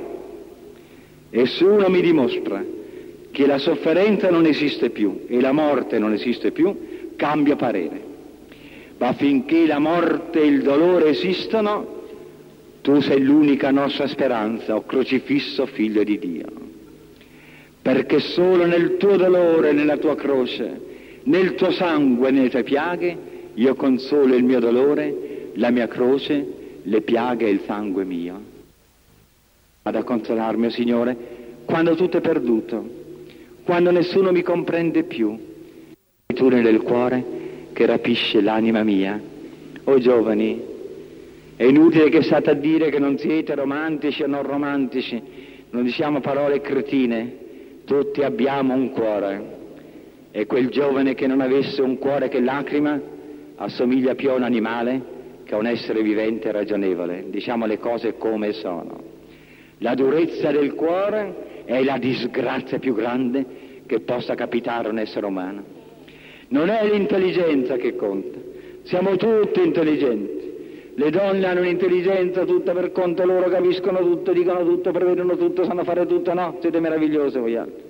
e se uno mi dimostra che la sofferenza non esiste più e la morte non esiste più, cambia parere. Ma finché la morte e il dolore esistono, tu sei l'unica nostra speranza, o crocifisso figlio di Dio. Perché solo nel tuo dolore, nella tua croce, nel tuo sangue, nelle tue piaghe, io consolo il mio dolore, la mia croce, le piaghe e il sangue mio. Vado a consolarmi, oh Signore, quando tutto è perduto, quando nessuno mi comprende più. Tu nel cuore che rapisce l'anima mia. O giovani, è inutile che state a dire che non siete romantici o non romantici, non diciamo parole cretine, tutti abbiamo un cuore, e quel giovane che non avesse un cuore che lacrima assomiglia più a un animale che a un essere vivente e ragionevole. Diciamo le cose come sono. La durezza del cuore è la disgrazia più grande che possa capitare a un essere umano. Non è l'intelligenza che conta, siamo tutti intelligenti. Le donne hanno un'intelligenza tutta per conto loro, capiscono tutto, dicono tutto, prevedono tutto, sanno fare tutto. No, siete meravigliosi voi altri.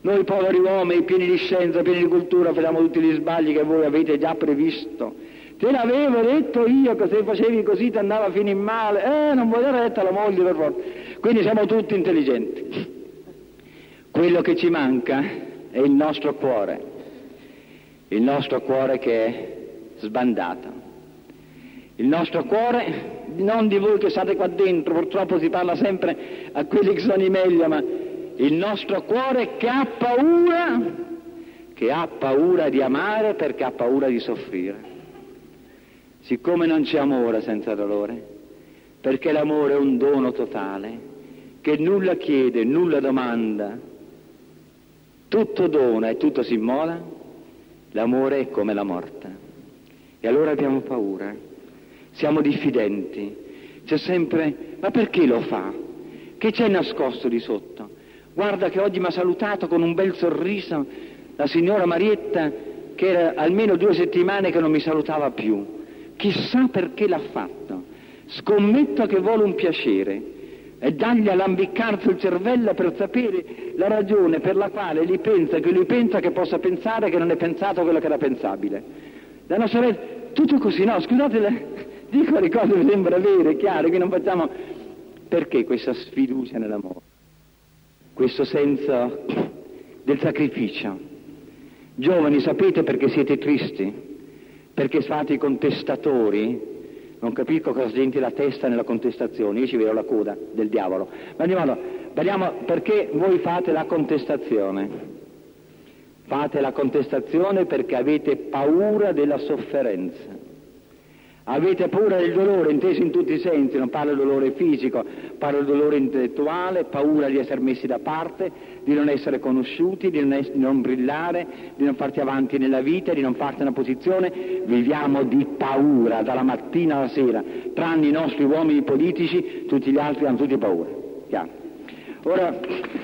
Noi poveri uomini, pieni di scienza, pieni di cultura, facciamo tutti gli sbagli che voi avete già previsto. Te l'avevo detto io che se facevi così ti andava a finire male. Eh, non vuoi dare retta alla moglie per forza. Quindi siamo tutti intelligenti. Quello che ci manca è il nostro cuore. Il nostro cuore che è sbandato. Il nostro cuore, non di voi che state qua dentro, purtroppo si parla sempre a quelli che sono i meglio, ma il nostro cuore che ha paura, che ha paura di amare perché ha paura di soffrire. Siccome non c'è amore senza dolore, perché l'amore è un dono totale, che nulla chiede, nulla domanda, tutto dona e tutto si immola, l'amore è come la morte. E allora abbiamo paura, siamo diffidenti, c'è sempre, ma perché lo fa? Che c'è nascosto di sotto? Guarda che oggi mi ha salutato con un bel sorriso la signora Marietta, che era almeno due settimane che non mi salutava più. Chissà perché l'ha fatto. Scommetto che vuole un piacere e dargli a lambiccarsi il cervello per sapere la ragione per la quale lui pensa che lui pensa che possa pensare che non è pensato quello che era pensabile. La nostra vita, tutto così, no, scusate, dico le cose mi sembra vere, chiare, che non facciamo. Perché questa sfiducia nell'amore? Questo senso del sacrificio. Giovani, sapete perché siete tristi? Perché fate i contestatori? Non capisco cosa senti la testa nella contestazione, io ci vedo la coda del diavolo. Ma andiamo, vediamo perché voi fate la contestazione. Fate la contestazione perché avete paura della sofferenza. Avete paura del dolore, inteso in tutti i sensi, non parlo del dolore fisico, parlo del dolore intellettuale, paura di essere messi da parte, di non essere conosciuti, di non, essere, di non brillare, di non farti avanti nella vita, di non farti una posizione. Viviamo di paura dalla mattina alla sera, tranne i nostri uomini politici, tutti gli altri hanno tutti paura. Chiaro? Ora,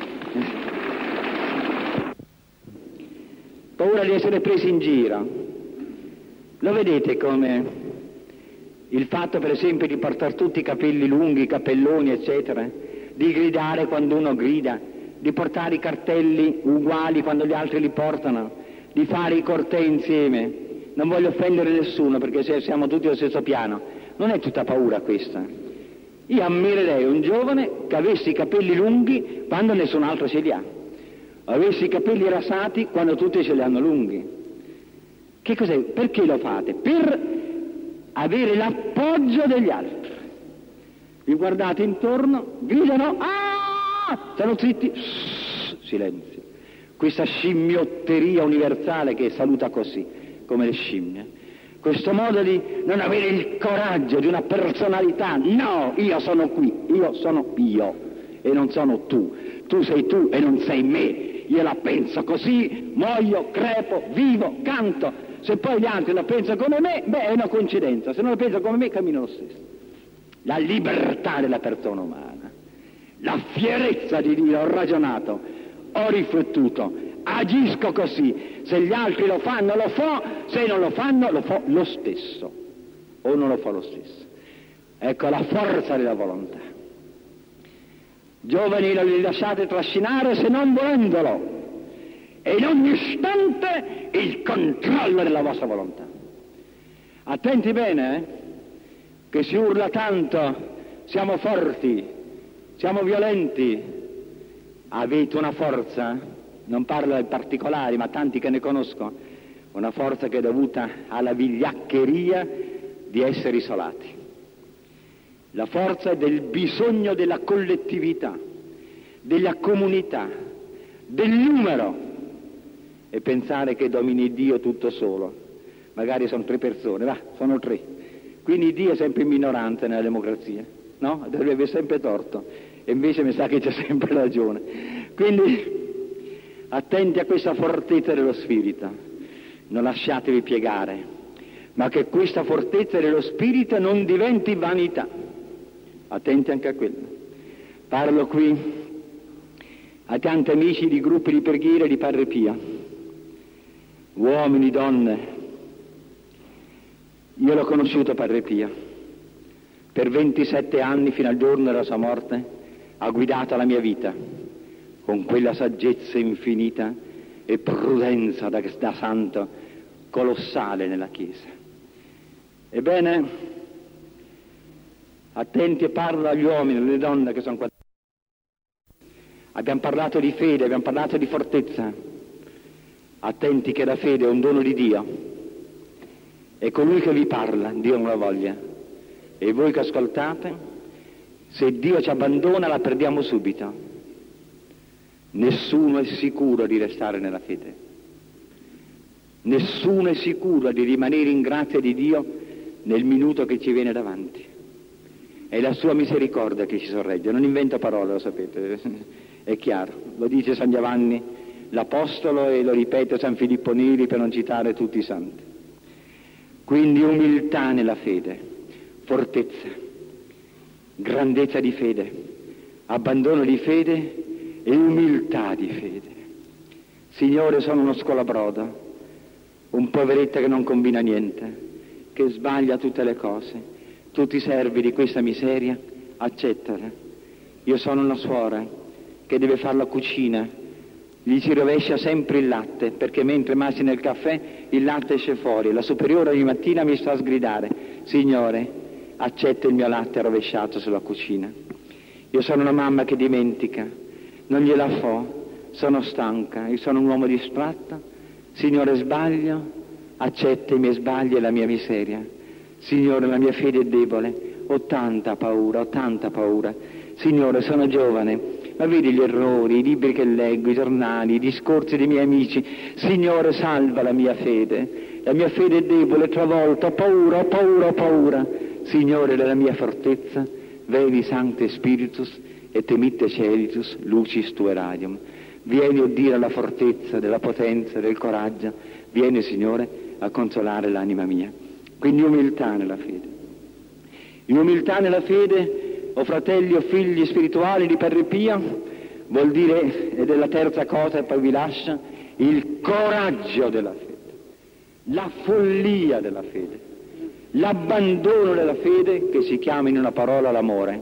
paura di essere presi in giro. Lo vedete come il fatto per esempio di portare tutti i capelli lunghi, i cappelloni eccetera, di gridare quando uno grida, di portare i cartelli uguali quando gli altri li portano, di fare i cortei insieme. Non voglio offendere nessuno perché se siamo tutti allo stesso piano, non è tutta paura questa. Io ammirerei un giovane che avesse i capelli lunghi quando nessun altro ce li ha, avesse i capelli rasati quando tutti ce li hanno lunghi. Che cos'è? Perché lo fate? Per avere l'appoggio degli altri. Vi guardate intorno, gridano, ah! Stanno zitti, shh, silenzio. Questa scimmiotteria universale che saluta così, come le scimmie. Questo modo di non avere il coraggio di una personalità. No, io sono qui, io sono io e non sono tu. Tu sei tu e non sei me. Io la penso così, muoio, crepo, vivo, canto. Se poi gli altri la pensano come me, beh, è una coincidenza. Se non la pensano come me, cammino lo stesso. La libertà della persona umana, la fierezza di dire ho ragionato, ho riflettuto, agisco così. Se gli altri lo fanno, lo fa, se non lo fanno, lo fa lo stesso. O non lo fa lo stesso. Ecco la forza della volontà. Giovani, non li lasciate trascinare se non volendolo. E in ogni istante il controllo della vostra volontà. Attenti bene, eh? Che si urla tanto, siamo forti, siamo violenti. Avete una forza, non parlo dei particolari, ma tanti che ne conosco, una forza che è dovuta alla vigliaccheria di essere isolati. La forza è del bisogno della collettività, della comunità, del numero. E pensare che domini Dio tutto solo. Magari sono tre persone, va, sono tre. Quindi Dio è sempre in minoranza nella democrazia, no? Dovrebbe avere sempre torto. E invece mi sa che c'è sempre ragione. Quindi attenti a questa fortezza dello spirito. Non lasciatevi piegare, ma che questa fortezza dello spirito non diventi vanità. Attenti anche a quello. Parlo qui a tanti amici di gruppi di preghiera di Padre Pio. Uomini, donne, io l'ho conosciuto Padre Pio, per ventisette anni fino al giorno della sua morte, ha guidato la mia vita, con quella saggezza infinita e prudenza da, da santo colossale nella Chiesa. Ebbene, attenti e parlo agli uomini, alle donne che sono qua. Abbiamo parlato di fede, abbiamo parlato di fortezza. Attenti che la fede è un dono di Dio. È colui che vi parla, Dio non la voglia. E voi che ascoltate, se Dio ci abbandona la perdiamo subito. Nessuno è sicuro di restare nella fede. Nessuno è sicuro di rimanere in grazia di Dio nel minuto che ci viene davanti. È la sua misericordia che ci sorregge. Non invento parole, lo sapete, è chiaro. Lo dice San Giovanni l'Apostolo e lo ripete San Filippo Neri, per non citare tutti i santi. Quindi umiltà nella fede, fortezza, grandezza di fede, abbandono di fede e umiltà di fede. Signore, sono uno scolabrodo, un poveretto che non combina niente, che sbaglia tutte le cose. Tu ti servi di questa miseria, accettala. Io sono una suora che deve fare la cucina, gli si rovescia sempre il latte, perché mentre macina il caffè il latte esce fuori. La superiore ogni mattina mi sta a sgridare: Signore, accetta il mio latte rovesciato sulla cucina. Io sono una mamma che dimentica, non gliela fo, sono stanca, io sono un uomo distratto. Signore, sbaglio, accetta i miei sbagli e la mia miseria. Signore, la mia fede è debole, ho tanta paura, ho tanta paura. Signore, sono giovane, ma vedi gli errori, i libri che leggo, i giornali, i discorsi dei miei amici. Signore, salva la mia fede, la mia fede è debole, è travolta, ho paura, ho paura, ho paura. Signore, la mia fortezza, veni Sancte Spiritus et emitte celitus lucis Tuae radium. Vieni, o Dio, alla fortezza della potenza, del coraggio, vieni, Signore, a consolare l'anima mia. Quindi umiltà nella fede. In umiltà nella fede, o fratelli o figli spirituali di Padre Pio, vuol dire, ed è la terza cosa e poi vi lascia, il coraggio della fede, la follia della fede, l'abbandono della fede, che si chiama in una parola l'amore.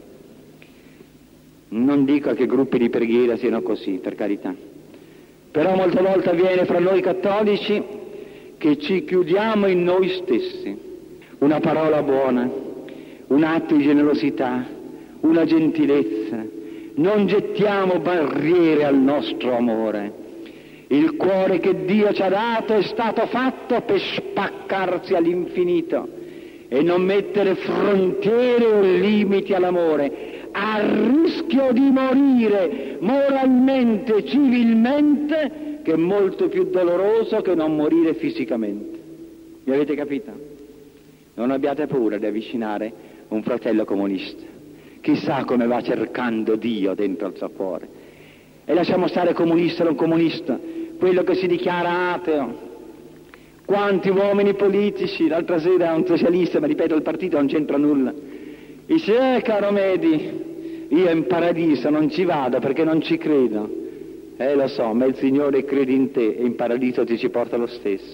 Non dico che gruppi di preghiera siano così, per carità, però molte volte avviene fra noi cattolici che ci chiudiamo in noi stessi. Una parola buona, un atto di generosità, una gentilezza, non gettiamo barriere al nostro amore. Il cuore che Dio ci ha dato è stato fatto per spaccarsi all'infinito e non mettere frontiere o limiti all'amore, a rischio di morire moralmente, civilmente, che è molto più doloroso che non morire fisicamente. Mi avete capito? Non abbiate paura di avvicinare un fratello comunista. Chissà come va cercando Dio dentro il suo cuore. E lasciamo stare comunista o non comunista, quello che si dichiara ateo. Quanti uomini politici, l'altra sera un socialista, ma ripeto, il partito non c'entra nulla, dice: eh caro Medi, io in paradiso non ci vado perché non ci credo. Eh lo so, ma il Signore crede in te e in paradiso ti ci porta lo stesso.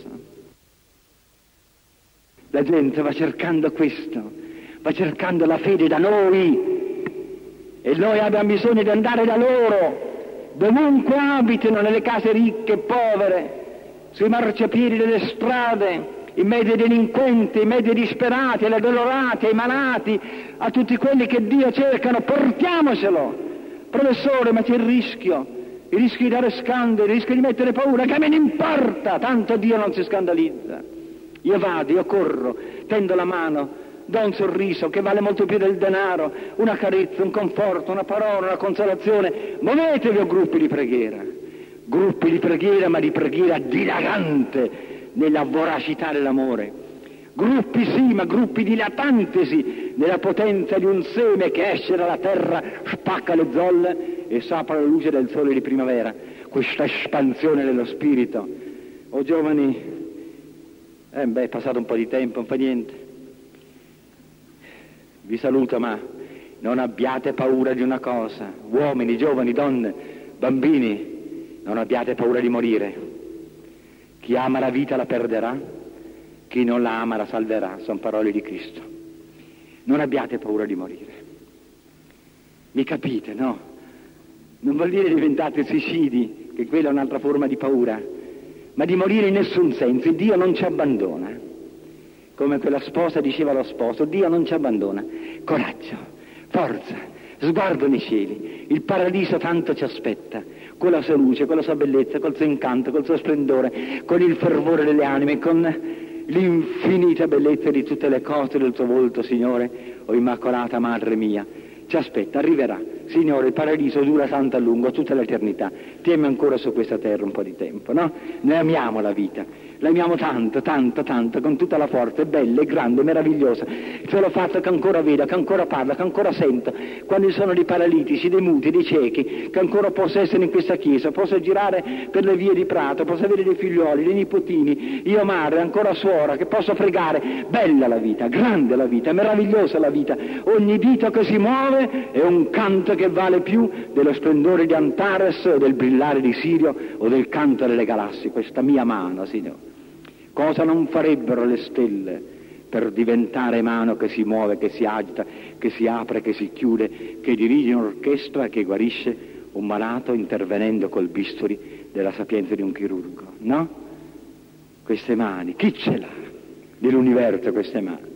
La gente va cercando questo, va cercando la fede da noi, e noi abbiamo bisogno di andare da loro, dovunque abitino, nelle case ricche e povere, sui marciapiedi delle strade, in mezzo ai delinquenti, in mezzo ai disperati, agli addolorati, ai malati, a tutti quelli che Dio cercano. Portiamocelo. Professore, ma c'è il rischio, il rischio di dare scandali, il rischio di mettere paura, che me ne importa, tanto Dio non si scandalizza. Io vado, io corro, tendo la mano, do un sorriso che vale molto più del denaro, una carezza, un conforto, una parola, una consolazione. Muovetevi a gruppi di preghiera, gruppi di preghiera, ma di preghiera dilagante nella voracità dell'amore. Gruppi sì, ma gruppi dilatantesi nella potenza di un seme che esce dalla terra, spacca le zolle e s'apre alla luce del sole di primavera. Questa espansione dello spirito. Oh giovani, eh beh, è passato un po' di tempo, non fa niente. Vi saluto, ma non abbiate paura di una cosa. Uomini, giovani, donne, bambini, non abbiate paura di morire. Chi ama la vita la perderà, chi non la ama la salverà, sono parole di Cristo. Non abbiate paura di morire. Mi capite, no? non vuol dire diventate suicidi, che quella è un'altra forma di paura, ma di morire in nessun senso. Dio non ci abbandona, come quella sposa diceva allo sposo, Dio non ci abbandona. Coraggio, forza, sguardo nei cieli, il paradiso tanto ci aspetta, con la sua luce, con la sua bellezza, col suo incanto, col suo splendore, con il fervore delle anime, con l'infinita bellezza di tutte le cose del tuo volto, Signore, o Immacolata Madre mia. Ci aspetta, arriverà. Signore, il paradiso dura tanto a lungo, tutta l'eternità. Tieni ancora su questa terra un po' di tempo, no? Noi amiamo la vita, la amiamo tanto, tanto, tanto, con tutta la forza, è bella, è grande, è meravigliosa. Il solo fatto che ancora vedo, che ancora parla, che ancora sento, quando ci sono dei paralitici, dei muti, dei ciechi, che ancora posso essere in questa chiesa, posso girare per le vie di Prato, posso avere dei figlioli, dei nipotini, io madre, ancora suora, che posso pregare. Bella la vita, grande la vita, meravigliosa la vita. Ogni dito che si muove è un canto che vale più dello splendore di Antares o del brillare di Sirio o del canto delle galassie. Questa mia mano, Signore. Cosa non farebbero le stelle per diventare mano che si muove, che si agita, che si apre, che si chiude, che dirige un'orchestra, che guarisce un malato intervenendo col bisturi della sapienza di un chirurgo, no? Queste mani, chi ce l'ha dell'universo queste mani?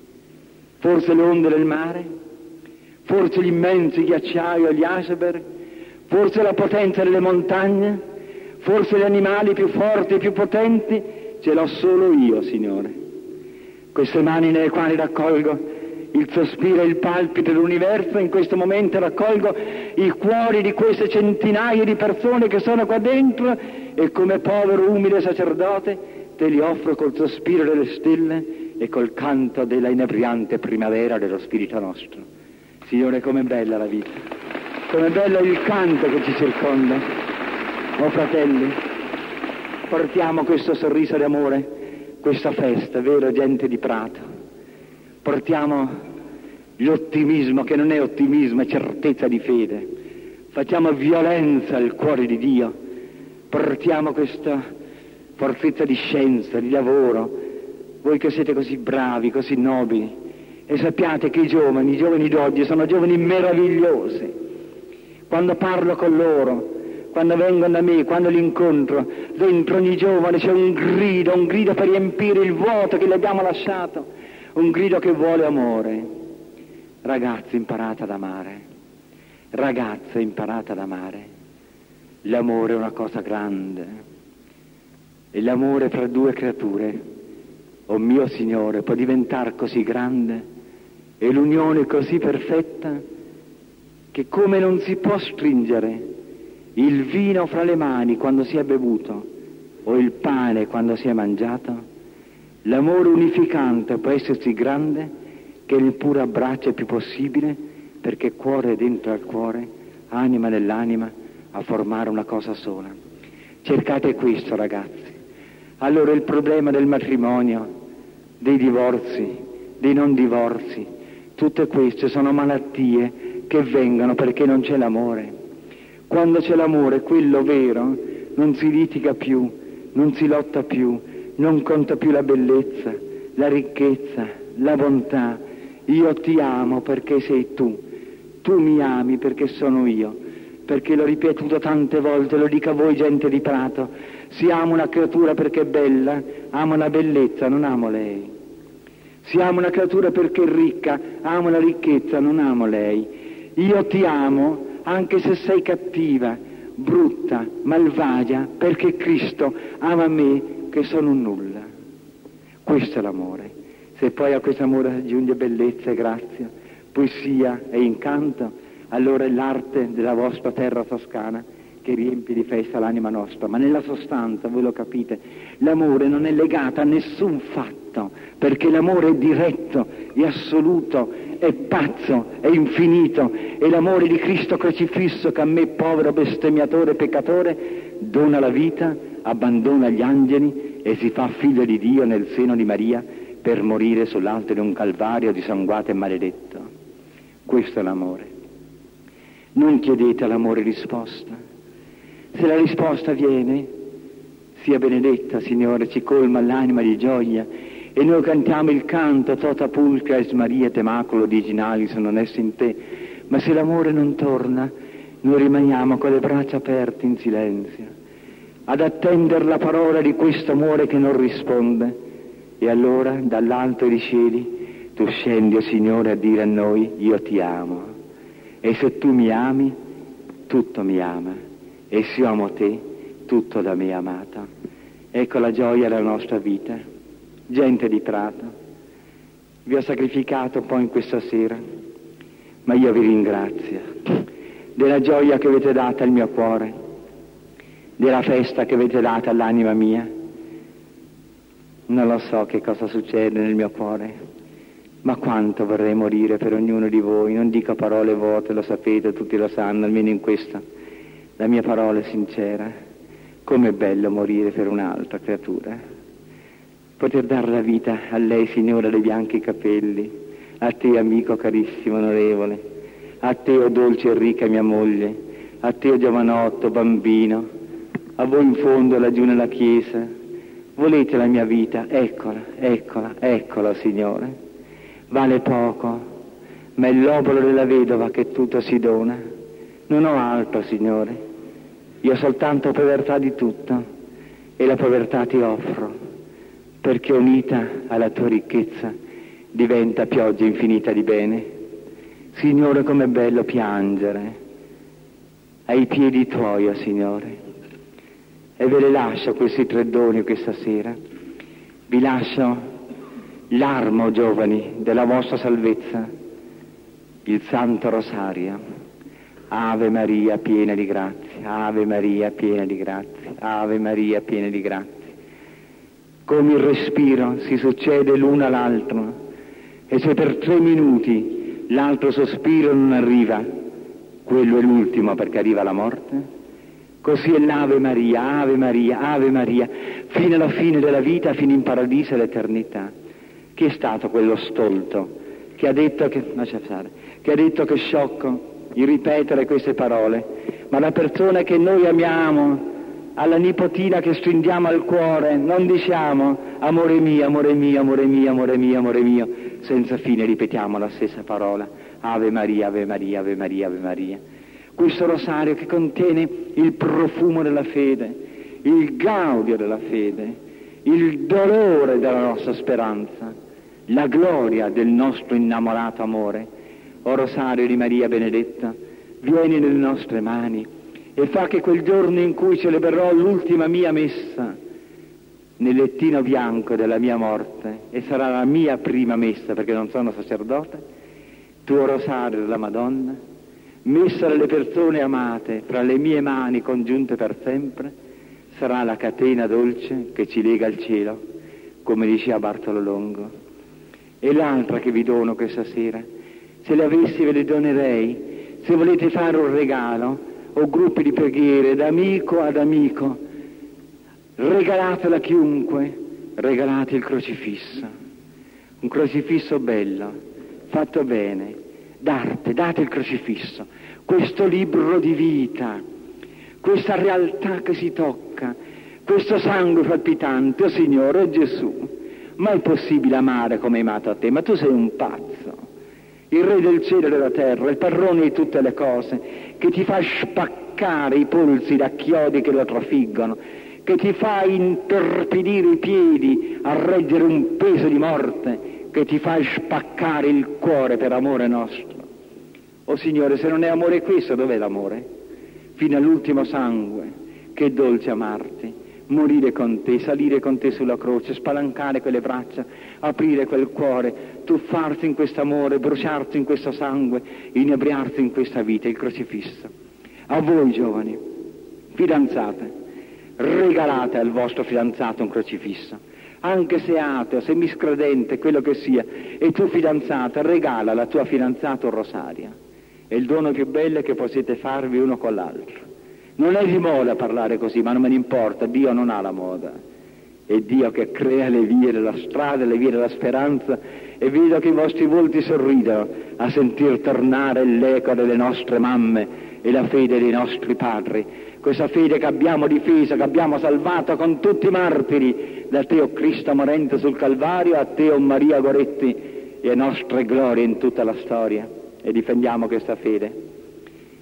Forse le onde del mare? Forse gli immensi ghiacciai o gli iceberg? Forse la potenza delle montagne? Forse gli animali più forti e più potenti? Ce l'ho solo io, Signore. Queste mani nelle quali raccolgo il sospiro e il palpito dell'universo, in questo momento raccolgo i cuori di queste centinaia di persone che sono qua dentro e come povero umile sacerdote te li offro col sospiro delle stelle e col canto della inebriante primavera dello spirito nostro. Signore, com'è bella la vita, com'è bello il canto che ci circonda. Oh fratelli, portiamo questo sorriso d'amore, questa festa, vero, gente di Prato. Portiamo l'ottimismo che non è ottimismo, è certezza di fede. Facciamo violenza al cuore di Dio. Portiamo questa fortezza di scienza, di lavoro. Voi che siete così bravi, così nobili. E sappiate che i giovani, i giovani d'oggi sono giovani meravigliosi. Quando parlo con loro, quando vengono da me, quando li incontro, dentro ogni giovane c'è un grido, un grido per riempire il vuoto che gli abbiamo lasciato, un grido che vuole amore. Ragazzi, imparate ad amare. Ragazze, imparate ad amare. L'amore è una cosa grande. E l'amore fra due creature, oh mio Signore, può diventare così grande e l'unione così perfetta che come non si può stringere il vino fra le mani quando si è bevuto o il pane quando si è mangiato, l'amore unificante può essersi grande che nel puro abbraccio è più possibile, perché cuore dentro al cuore, anima nell'anima, a formare una cosa sola. Cercate questo, ragazzi. Allora il problema del matrimonio, dei divorzi, dei non divorzi, tutte queste sono malattie che vengono perché non c'è l'amore. Quando c'è l'amore, quello vero, non si litiga più, non si lotta più, non conta più la bellezza, la ricchezza, la bontà. Io ti amo perché sei tu, tu mi ami perché sono io, perché l'ho ripetuto tante volte, lo dico a voi gente di Prato, si ama una creatura perché è bella, amo la bellezza, non amo lei. Si ama una creatura perché è ricca, amo la ricchezza, non amo lei. Io ti amo anche se sei cattiva, brutta, malvagia, perché Cristo ama me che sono un nulla. Questo è l'amore. Se poi a questo amore aggiunge bellezza e grazia, poesia e incanto, allora è l'arte della vostra terra toscana che riempie di festa l'anima nostra. Ma nella sostanza, voi lo capite, l'amore non è legato a nessun fatto, perché l'amore è diretto, è assoluto, è pazzo, è infinito, è l'amore di Cristo crocifisso che a me, povero bestemmiatore peccatore, dona la vita, abbandona gli angeli e si fa figlio di Dio nel seno di Maria per morire sull'altare di un calvario dissanguato e maledetto. Questo è l'amore. Non chiedete all'amore risposta. Se la risposta viene, sia benedetta, Signore, ci colma l'anima di gioia e noi cantiamo il canto tota pulcra es Maria te maculo diginalis non es in te. Ma se l'amore non torna, noi rimaniamo con le braccia aperte in silenzio, ad attendere la parola di questo amore che non risponde. E allora, dall'alto dei cieli, tu scendi, o Signore, a dire a noi: io ti amo. E se tu mi ami, tutto mi ama. E se io amo te, tutto da me è amato. Ecco la gioia della nostra vita. Gente di Prato, vi ho sacrificato un po' in questa sera, ma io vi ringrazio della gioia che avete data al mio cuore, della festa che avete data all'anima mia. Non lo so che cosa succede nel mio cuore, ma quanto vorrei morire per ognuno di voi. Non dico parole vuote, lo sapete, tutti lo sanno, almeno in questa. La mia parola è sincera. Com'è bello morire per un'altra creatura. Poter dare la vita a lei, Signore, dei bianchi capelli, a te, amico carissimo, onorevole, a te, o dolce e ricca mia moglie, a te, o giovanotto, bambino, a voi in fondo laggiù nella chiesa. Volete la mia vita? Eccola, eccola, eccola, Signore. Vale poco, ma è l'obolo della vedova che tutto si dona. Non ho altro, Signore. Io ho soltanto povertà di tutto, e la povertà ti offro, perché unita alla tua ricchezza diventa pioggia infinita di bene. Signore, com'è bello piangere ai piedi tuoi, oh Signore. E ve le lascio questi tre doni questa sera. Vi lascio l'armo, giovani, della vostra salvezza, il Santo Rosario. Ave Maria piena di grazia, Ave Maria piena di grazia, Ave Maria piena di grazia. Come il respiro si succede l'uno all'altro, e se per tre minuti l'altro sospiro non arriva, quello è l'ultimo, perché arriva la morte. Così è l'Ave Maria, Ave Maria, Ave Maria, fino alla fine della vita, fino in paradiso e l'eternità. Chi è stato quello stolto che ha detto che, lascia stare, che ha detto che è sciocco di ripetere queste parole? Ma la persona che noi amiamo, alla nipotina che stringiamo al cuore, non diciamo amore mio, amore mio, amore mio, amore mio, amore mio, senza fine ripetiamo la stessa parola: Ave Maria, Ave Maria, Ave Maria, Ave Maria. Questo rosario che contiene il profumo della fede, il gaudio della fede, il dolore della nostra speranza, la gloria del nostro innamorato amore. O rosario di Maria benedetta, vieni nelle nostre mani e fa che quel giorno in cui celebrerò l'ultima mia messa nel lettino bianco della mia morte, e sarà la mia prima messa perché non sono sacerdote, tuo rosario della Madonna, messa dalle persone amate fra le mie mani congiunte per sempre, sarà la catena dolce che ci lega al cielo, come diceva Bartolo Longo. E l'altra che vi dono questa sera, se le avessi ve le donerei. Se volete fare un regalo o gruppi di preghiere da amico ad amico, regalatela a chiunque, regalate il crocifisso, un crocifisso bello, fatto bene, d'arte, date il crocifisso, questo libro di vita, questa realtà che si tocca, questo sangue palpitante. Oh Signore, oh Gesù, ma è possibile amare come hai amato a te? Ma tu sei un pazzo, il Re del cielo e della terra, il padrone di tutte le cose, che ti fa spaccare i polsi da chiodi che lo trafiggono, che ti fa intorpidire i piedi a reggere un peso di morte, che ti fa spaccare il cuore per amore nostro. Oh Signore, se non è amore questo, dov'è l'amore? Fino all'ultimo sangue, che dolce amarti, morire con te, salire con te sulla croce, spalancare quelle braccia, aprire quel cuore, tuffarsi in questo amore, bruciarsi in questo sangue, inebriarsi in questa vita, il crocifisso. A voi giovani, fidanzate, regalate al vostro fidanzato un crocifisso, anche se ateo, se miscredente, quello che sia, e tu fidanzata, regala alla tua fidanzata un rosario. È il dono più bello che potete farvi uno con l'altro. Non è di moda parlare così, ma non me ne importa, Dio non ha la moda. È Dio che crea le vie della strada, le vie della speranza, e vedo che i vostri volti sorridono a sentir tornare l'eco delle nostre mamme e la fede dei nostri padri, questa fede che abbiamo difesa, che abbiamo salvato con tutti i martiri, da te, o Cristo morente sul Calvario, a te, o Maria Goretti, e a nostre glorie in tutta la storia, e difendiamo questa fede.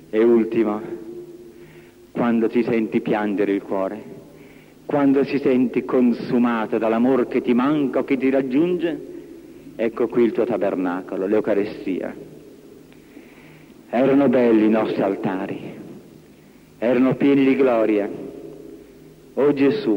E ultimo, quando ti senti piangere il cuore, quando ti senti consumato dall'amor che ti manca o che ti raggiunge, ecco qui il tuo tabernacolo, l'Eucarestia. Erano belli i nostri altari, erano pieni di gloria. Oh Gesù,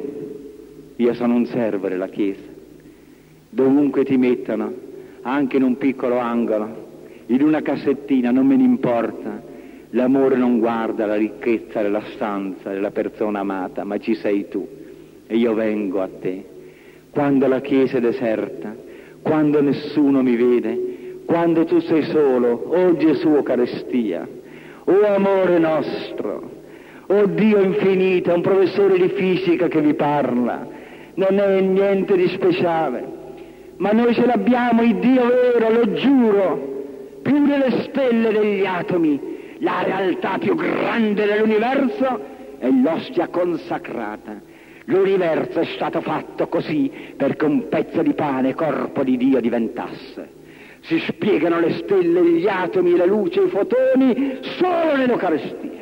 io sono un servo della Chiesa. Dovunque ti mettano, anche in un piccolo angolo, in una cassettina, non me ne importa. L'amore non guarda la ricchezza della stanza, della persona amata, ma ci sei tu. E io vengo a te. Quando la Chiesa è deserta, quando nessuno mi vede, quando tu sei solo, oh Gesù Eucaristia, oh amore nostro, oh Dio infinito, è un professore di fisica che vi parla, non è niente di speciale, ma noi ce l'abbiamo, il Dio vero, lo giuro, più delle stelle degli atomi, la realtà più grande dell'universo è l'ostia consacrata. L'universo è stato fatto così perché un pezzo di pane, corpo di Dio, diventasse. Si spiegano le stelle, gli atomi, la luce, i fotoni solo nell'Eucaristia.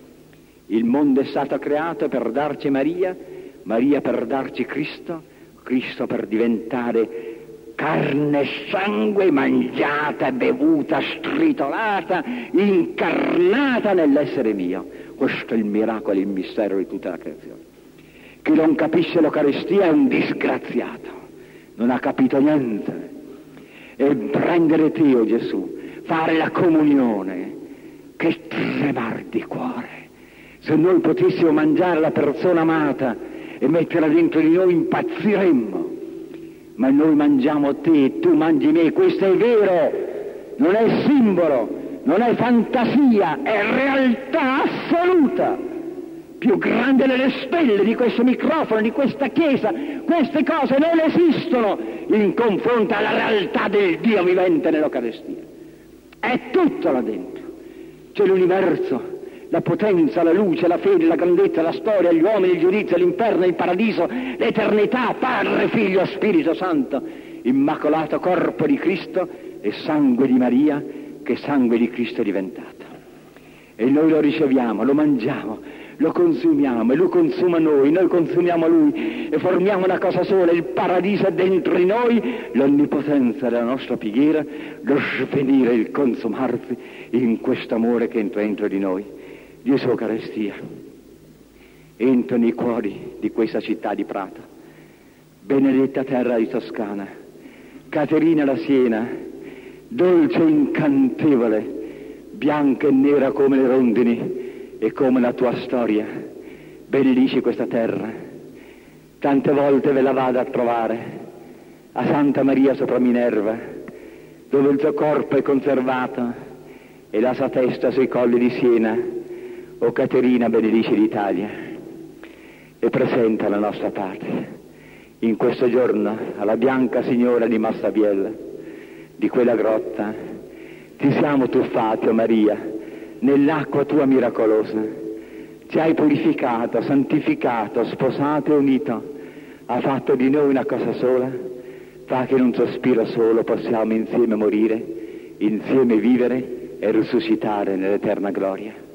Il mondo è stato creato per darci Maria, Maria per darci Cristo, Cristo per diventare carne e sangue, mangiata, bevuta, stritolata, incarnata nell'essere mio. Questo è il miracolo, il mistero di tutta la creazione. Chi non capisce l'Eucaristia è un disgraziato, non ha capito niente. E prendere te, oh Gesù, fare la comunione, che tremar di cuore. Se noi potessimo mangiare la persona amata e metterla dentro di noi, impazziremmo. Ma noi mangiamo te, tu mangi me, questo è vero, non è simbolo, non è fantasia, è realtà assoluta, più grande delle stelle, di questo microfono, di questa chiesa. Queste cose non esistono in confronto alla realtà del Dio vivente nell'Eucaristia. È tutto là dentro, c'è l'universo, la potenza, la luce, la fede, la grandezza, la storia, gli uomini, il giudizio, l'inferno, il paradiso, l'eternità, Padre, Figlio, Spirito Santo, immacolato corpo di Cristo e sangue di Maria che sangue di Cristo è diventato. E noi lo riceviamo, lo mangiamo, lo consumiamo e lui consuma noi, noi consumiamo lui e formiamo una cosa sola, il paradiso è dentro di noi, l'onnipotenza della nostra preghiera, lo svenire, il consumarsi in questo amore che entra dentro di noi. Gesù Eucaristia, entra nei cuori di questa città di Prato, benedetta terra di Toscana, Caterina la Siena, dolce e incantevole, bianca e nera come le rondini e come la tua storia, benedici questa terra. Tante volte ve la vado a trovare a Santa Maria sopra Minerva, dove il suo corpo è conservato e la sua testa sui colli di Siena. O Caterina, benedici l'Italia e presenta la nostra patria. In questo giorno, alla bianca signora di Massabiella, di quella grotta, ti siamo tuffati, o Maria, nell'acqua tua miracolosa. Ci hai purificato, santificato, sposato e unito. Ha fatto di noi una cosa sola. Fa che in un sospiro solo possiamo insieme morire, insieme vivere e risuscitare nell'eterna gloria.